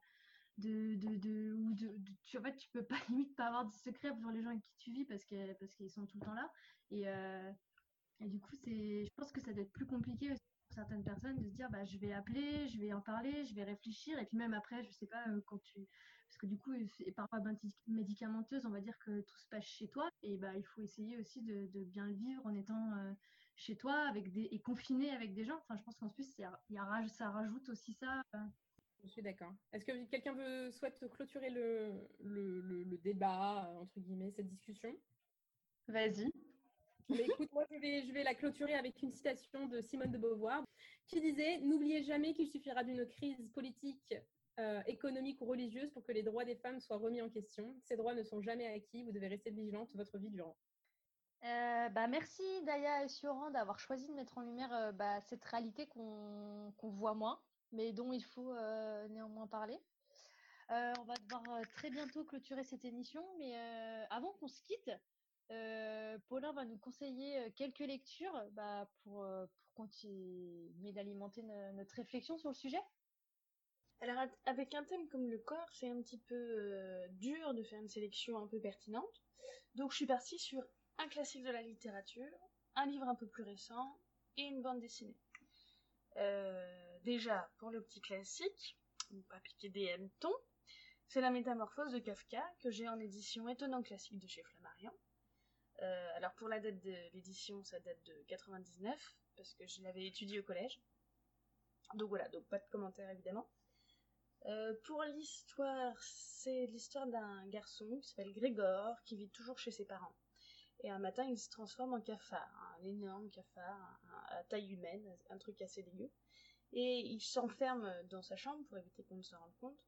en fait, tu peux pas, limite, pas avoir de secret pour les gens avec qui tu vis parce qu'ils sont tout le temps là. Et du coup, je pense que ça doit être plus compliqué aussi pour certaines personnes de se dire bah, je vais appeler, je vais en parler, je vais réfléchir. Et puis même après, je sais pas, parce que du coup, par voie médicamenteuse, on va dire que tout se passe chez toi. Et bah, il faut essayer aussi de bien le vivre en étant chez toi et confiné avec des gens. Enfin, je pense qu'en plus, ça rajoute aussi ça. Je suis d'accord. Est-ce que quelqu'un souhaite clôturer le débat, entre guillemets, cette discussion? Vas-y. Mais écoute, moi, je vais la clôturer avec une citation de Simone de Beauvoir qui disait « N'oubliez jamais qu'il suffira d'une crise politique, économique ou religieuse pour que les droits des femmes soient remis en question. Ces droits ne sont jamais acquis. Vous devez rester vigilante votre vie durant. » Merci Daya et Sioran d'avoir choisi de mettre en lumière cette réalité qu'on voit moins, mais dont il faut néanmoins parler. On va devoir très bientôt clôturer cette émission, mais avant qu'on se quitte, Paulin va nous conseiller quelques lectures pour continuer d'alimenter notre réflexion sur le sujet. Alors, avec un thème comme le corps, c'est un petit peu dur de faire une sélection un peu pertinente. Donc, je suis partie sur un classique de la littérature, un livre un peu plus récent et une bande dessinée. Déjà, pour le petit classique, pas piquer des hannetons, c'est La Métamorphose de Kafka, que j'ai en édition Étonnant Classique de chez Flammarion. Alors pour la date de l'édition, ça date de 99, parce que je l'avais étudié au collège. Donc voilà, donc pas de commentaires évidemment. Pour l'histoire, c'est l'histoire d'un garçon qui s'appelle Grégor, qui vit toujours chez ses parents. Et un matin, il se transforme en cafard, un énorme cafard, à taille humaine, un truc assez dégueu. Et il s'enferme dans sa chambre pour éviter qu'on ne se rende compte.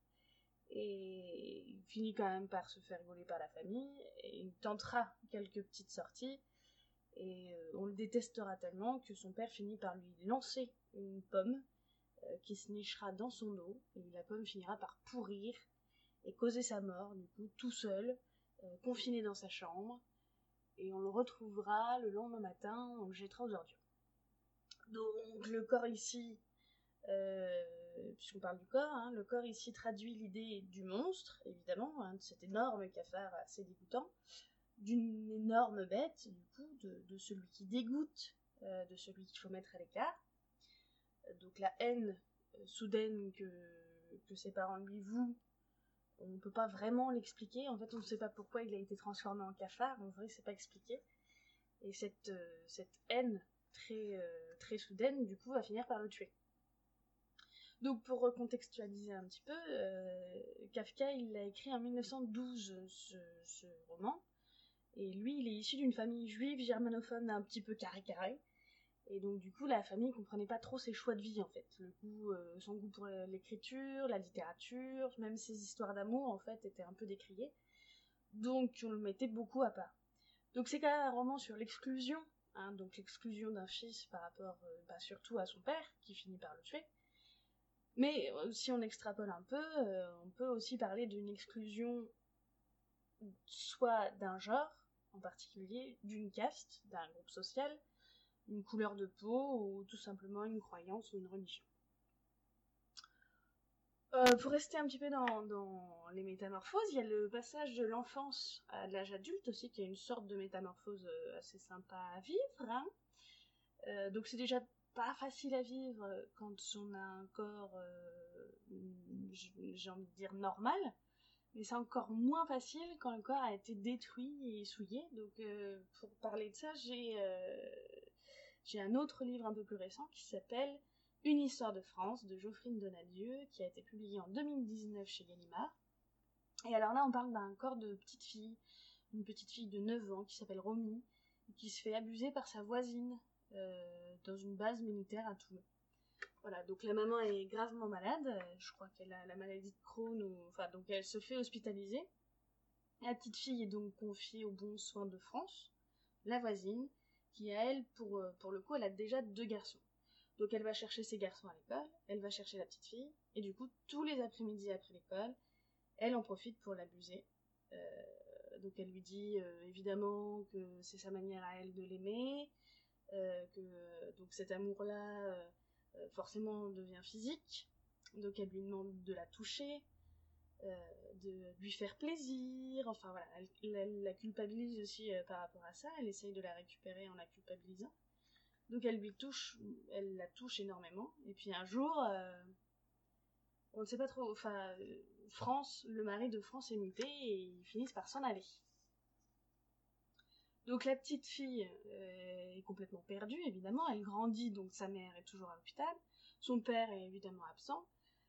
Et il finit quand même par se faire rigoler par la famille, et il tentera quelques petites sorties, et on le détestera tellement que son père finit par lui lancer une pomme qui se nichera dans son eau, et la pomme finira par pourrir et causer sa mort, du coup, tout seul, confiné dans sa chambre, et on le retrouvera le lendemain matin, on le jettera aux ordures. Donc le corps ici, puisqu'on parle du corps, hein, le corps ici traduit l'idée du monstre, évidemment, hein, de cet énorme cafard assez dégoûtant, d'une énorme bête, du coup, de celui qui dégoûte, de celui qu'il faut mettre à l'écart. Donc la haine soudaine que ses parents lui vouent, on ne peut pas vraiment l'expliquer, en fait on ne sait pas pourquoi il a été transformé en cafard, en vrai c'est pas expliqué. Et cette haine très soudaine, du coup, va finir par le tuer. Donc pour recontextualiser un petit peu, Kafka il a écrit en 1912 ce roman, et lui il est issu d'une famille juive germanophone un petit peu carré, et donc du coup la famille comprenait pas trop ses choix de vie en fait, son goût pour l'écriture, la littérature, même ses histoires d'amour en fait étaient un peu décriées, donc on le mettait beaucoup à part. Donc c'est quand même un roman sur l'exclusion, hein, donc l'exclusion d'un fils par rapport surtout à son père qui finit par le tuer. Mais si on extrapole un peu, on peut aussi parler d'une exclusion soit d'un genre en particulier, d'une caste, d'un groupe social, une couleur de peau ou tout simplement une croyance ou une religion. Pour rester un petit peu dans les métamorphoses, il y a le passage de l'enfance à l'âge adulte aussi, qui est une sorte de métamorphose assez sympa à vivre. Hein. Donc c'est déjà pas facile à vivre quand on a un corps, j'ai envie de dire normal, mais c'est encore moins facile quand le corps a été détruit et souillé. Donc pour parler de ça, j'ai un autre livre un peu plus récent qui s'appelle Une histoire de France de Geoffrine Donadieu qui a été publiée en 2019 chez Gallimard. Et alors là, on parle d'un corps de petite fille, une petite fille de 9 ans qui s'appelle Romy, qui se fait abuser par sa voisine dans une base militaire à Toulon. Voilà, donc la maman est gravement malade, je crois qu'elle a la maladie de Crohn, donc elle se fait hospitaliser. La petite fille est donc confiée aux bons soins de France, la voisine, qui à elle, pour le coup, elle a déjà 2 garçons. Donc elle va chercher ses garçons à l'école, elle va chercher la petite fille, et du coup, tous les après-midi après l'école, elle en profite pour l'abuser. Donc elle lui dit évidemment que c'est sa manière à elle de l'aimer, donc cet amour-là forcément devient physique, donc elle lui demande de la toucher, de lui faire plaisir, enfin voilà, elle la culpabilise aussi par rapport à ça, elle essaye de la récupérer en la culpabilisant. Donc elle la touche énormément, et puis un jour, on ne sait pas trop, le mari de France est muté, et ils finissent par s'en aller. Donc la petite fille est complètement perdue, évidemment, elle grandit, donc sa mère est toujours à l'hôpital, son père est évidemment absent,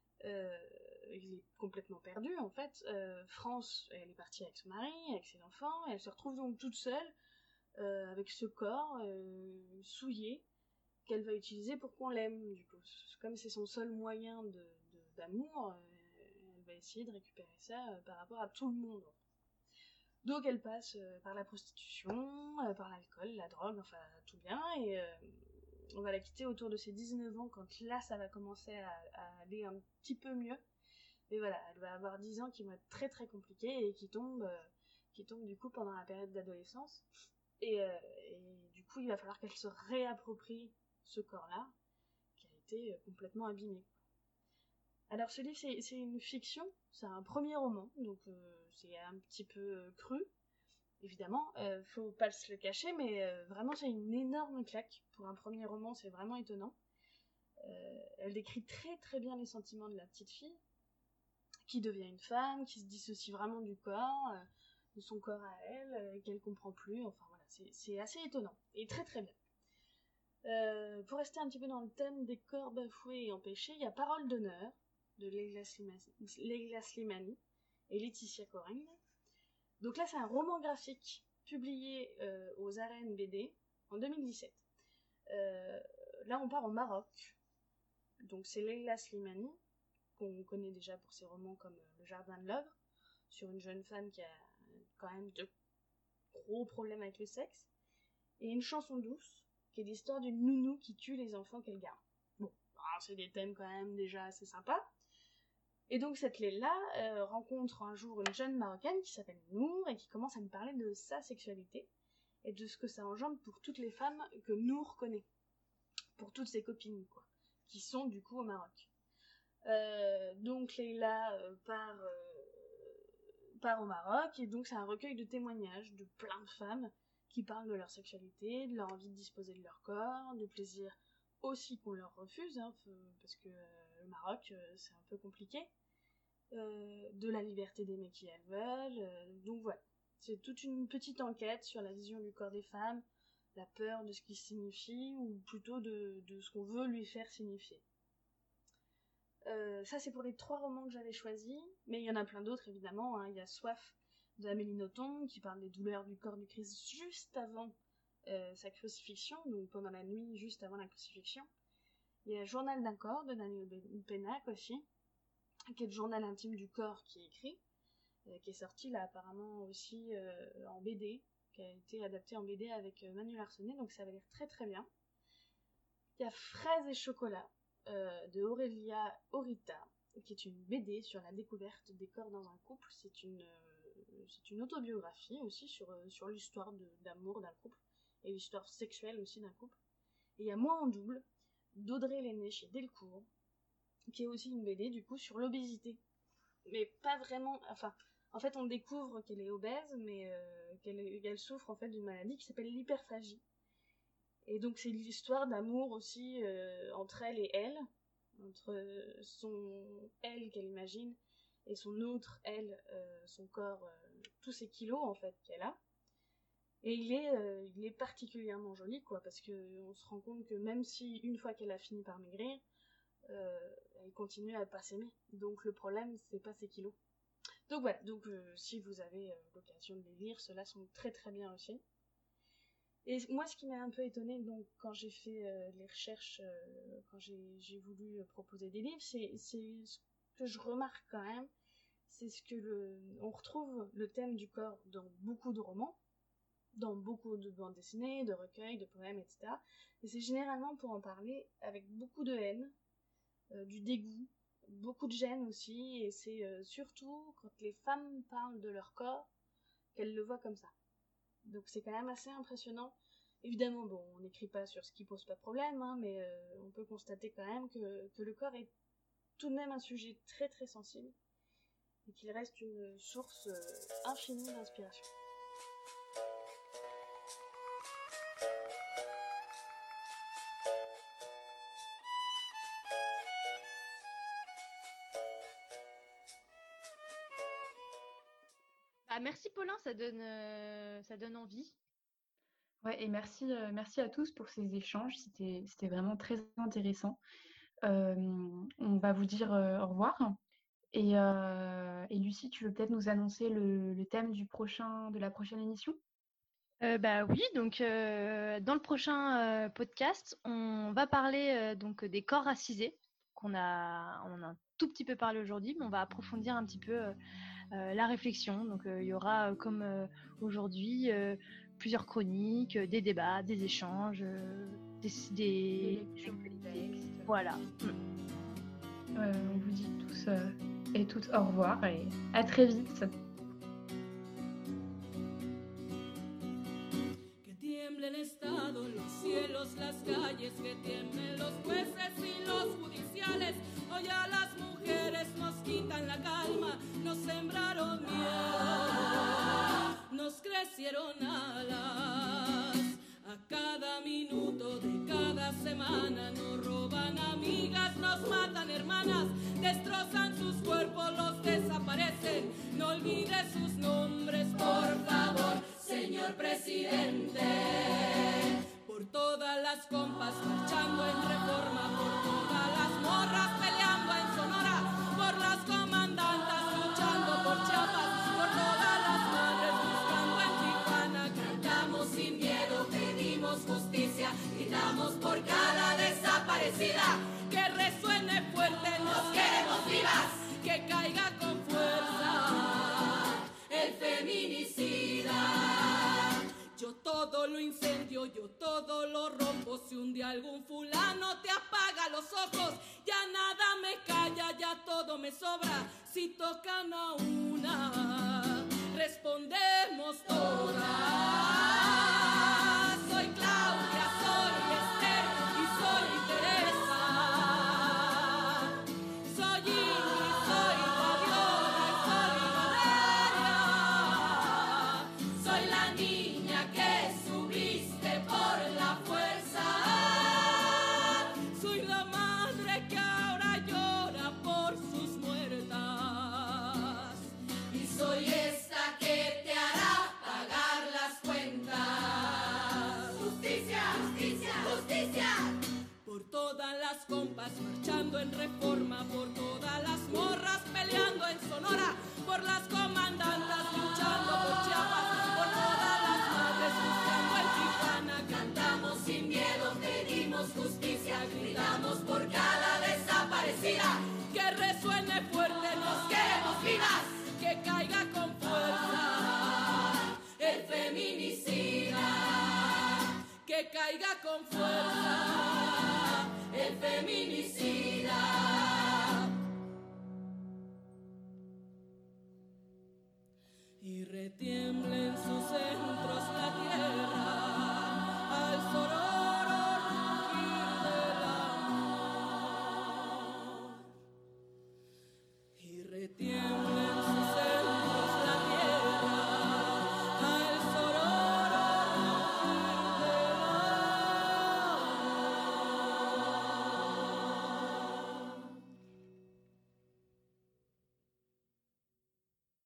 il est complètement perdu en fait. France, elle est partie avec son mari, avec ses enfants, elle se retrouve donc toute seule, avec ce corps souillé, qu'elle va utiliser pour qu'on l'aime, du coup. Comme c'est son seul moyen d'amour, elle va essayer de récupérer ça par rapport à tout le monde. Donc elle passe par la prostitution, par l'alcool, la drogue, enfin tout bien, et on va la quitter autour de ses 19 ans, quand là ça va commencer à aller un petit peu mieux. Mais voilà, elle va avoir 10 ans qui vont être très très compliqués et qui tombent du coup pendant la période d'adolescence. Et du coup il va falloir qu'elle se réapproprie ce corps-là, qui a été complètement abîmé. Alors ce livre c'est une fiction, c'est un premier roman, donc c'est un petit peu cru, évidemment, faut pas se le cacher, mais vraiment c'est une énorme claque. Pour un premier roman, c'est vraiment étonnant. Elle décrit très très bien les sentiments de la petite fille, qui devient une femme, qui se dissocie vraiment du corps, de son corps à elle, qu'elle comprend plus, enfin voilà, c'est assez étonnant, et très très bien. Pour rester un petit peu dans le thème des corps bafoués et empêchés, il y a Parole d'honneur, de Leila Slimani et Laetitia Corinne. Donc là, c'est un roman graphique publié aux Arènes BD en 2017. Là, on part au Maroc. Donc c'est Leila Slimani, qu'on connaît déjà pour ses romans comme Le Jardin de l'Ogre, sur une jeune femme qui a quand même de gros problèmes avec le sexe, et Une chanson douce, qui est l'histoire d'une nounou qui tue les enfants qu'elle garde. Bon, alors c'est des thèmes quand même déjà assez sympas. Et donc cette Leila rencontre un jour une jeune marocaine qui s'appelle Nour et qui commence à lui parler de sa sexualité et de ce que ça engendre pour toutes les femmes que Nour connaît, pour toutes ses copines quoi, qui sont du coup au Maroc. Donc Leila part au Maroc, et donc c'est un recueil de témoignages de plein de femmes qui parlent de leur sexualité, de leur envie de disposer de leur corps, de plaisir aussi qu'on leur refuse, hein, parce que le Maroc c'est un peu compliqué, de la liberté d'aimer qui elles veulent, donc voilà, c'est toute une petite enquête sur la vision du corps des femmes, la peur de ce qui signifie, ou plutôt de ce qu'on veut lui faire signifier. Ça c'est pour les 3 romans que j'avais choisis, mais il y en a plein d'autres évidemment, hein. Il y a Soif de Amélie Nothomb qui parle des douleurs du corps du Christ juste avant sa crucifixion, donc pendant la nuit juste avant la crucifixion. Il y a Journal d'un corps de Daniel Pennac aussi, qui est le journal intime du corps qui est écrit, qui est sorti là apparemment aussi en BD, qui a été adapté en BD avec Manu Larsonnet, donc ça va l'air très très bien. Il y a Fraises et chocolat de Aurélia Orita, qui est une BD sur la découverte des corps dans un couple. C'est une autobiographie aussi sur l'histoire d'amour d'un couple et l'histoire sexuelle aussi d'un couple. Et il y a Moi en double d'Audrey Lenné chez Delcourt, qui est aussi une BD du coup sur l'obésité, mais pas vraiment, enfin en fait on découvre qu'elle est obèse, mais qu'elle souffre en fait d'une maladie qui s'appelle l'hyperphagie. Et donc c'est l'histoire d'amour aussi entre elle et elle, entre son elle qu'elle imagine et son autre elle, son corps, tous ces kilos en fait qu'elle a. Et il est particulièrement joli quoi, parce que on se rend compte que même si une fois qu'elle a fini par maigrir, elle continue à pas s'aimer. Donc le problème, c'est pas ses kilos. Donc voilà, si vous avez l'occasion de les lire, ceux-là sont très très bien aussi. Et moi, ce qui m'a un peu étonnée, donc quand j'ai fait les recherches, quand j'ai voulu proposer des livres, c'est ce que je remarque quand même, c'est on retrouve le thème du corps dans beaucoup de romans, dans beaucoup de bandes dessinées, de recueils, de poèmes, etc. Et c'est généralement pour en parler avec beaucoup de haine, du dégoût, beaucoup de gêne aussi, et c'est surtout quand les femmes parlent de leur corps qu'elles le voient comme ça. Donc c'est quand même assez impressionnant. Évidemment, bon, on n'écrit pas sur ce qui pose pas de problème, hein, mais on peut constater quand même que le corps est tout de même un sujet très très sensible, et qu'il reste une source infinie d'inspiration. Merci Paulin, ça donne envie. Ouais, et merci à tous pour ces échanges, c'était vraiment très intéressant. On va vous dire au revoir. Et Lucie, tu veux peut-être nous annoncer le thème de la prochaine émission? Oui, donc dans le prochain podcast, on va parler donc des corps racisés on a un tout petit peu parlé aujourd'hui, mais on va approfondir un petit peu la réflexion. Donc il y aura comme aujourd'hui plusieurs chroniques, des débats, des échanges, des textes. Voilà. On vous dit tous et toutes au revoir et à très vite. El Estado, los cielos, las calles, que tiemblen los jueces y los judiciales. Hoy a las mujeres nos quitan la calma, nos sembraron miedo, nos crecieron alas. A cada minuto de cada semana nos roban amigas, nos matan hermanas, destrozan sus cuerpos, los desaparecen. No olvide sus nombres, por favor, señor presidente. Por todas las compas marchando en Reforma, por todas las morras peleando en Sonora, por las comandantas luchando por Chiapas, por todas las madres buscando en Tijuana. Cantamos sin miedo, pedimos justicia, gritamos por cada desaparecida. Que resuene fuerte, nos queremos vivas, que caiga con fuerza el feminicida. Yo todo lo incendio, yo todo lo rompo. Si un día algún fulano te apaga los ojos, ya nada me calla, ya todo me sobra. Si tocan a una, respondemos todas. Soy Claudia, soy Esther y soy Teresa. Soy Ingrid, soy Fabiola y soy Valeria. Soy la niña que subiste por la fuerza. Soy la madre que ahora llora por sus muertas. Y soy esta que te hará pagar las cuentas. Justicia, justicia, justicia. Por todas las compas marchando en Reforma, por todas las morras peleando en Sonora, por las comandantas luchando por Chiapas, por todas las madres buscando en Tijuana. Cantamos sin miedo, pedimos justicia, gritamos por cada desaparecida. Que resuene fuerte, nos queremos vivas, que caiga con fuerza el feminicida. Que caiga con fuerza el feminicida. Y retiembla en sus centros la tierra al sororo rugir del amor. Y retiembla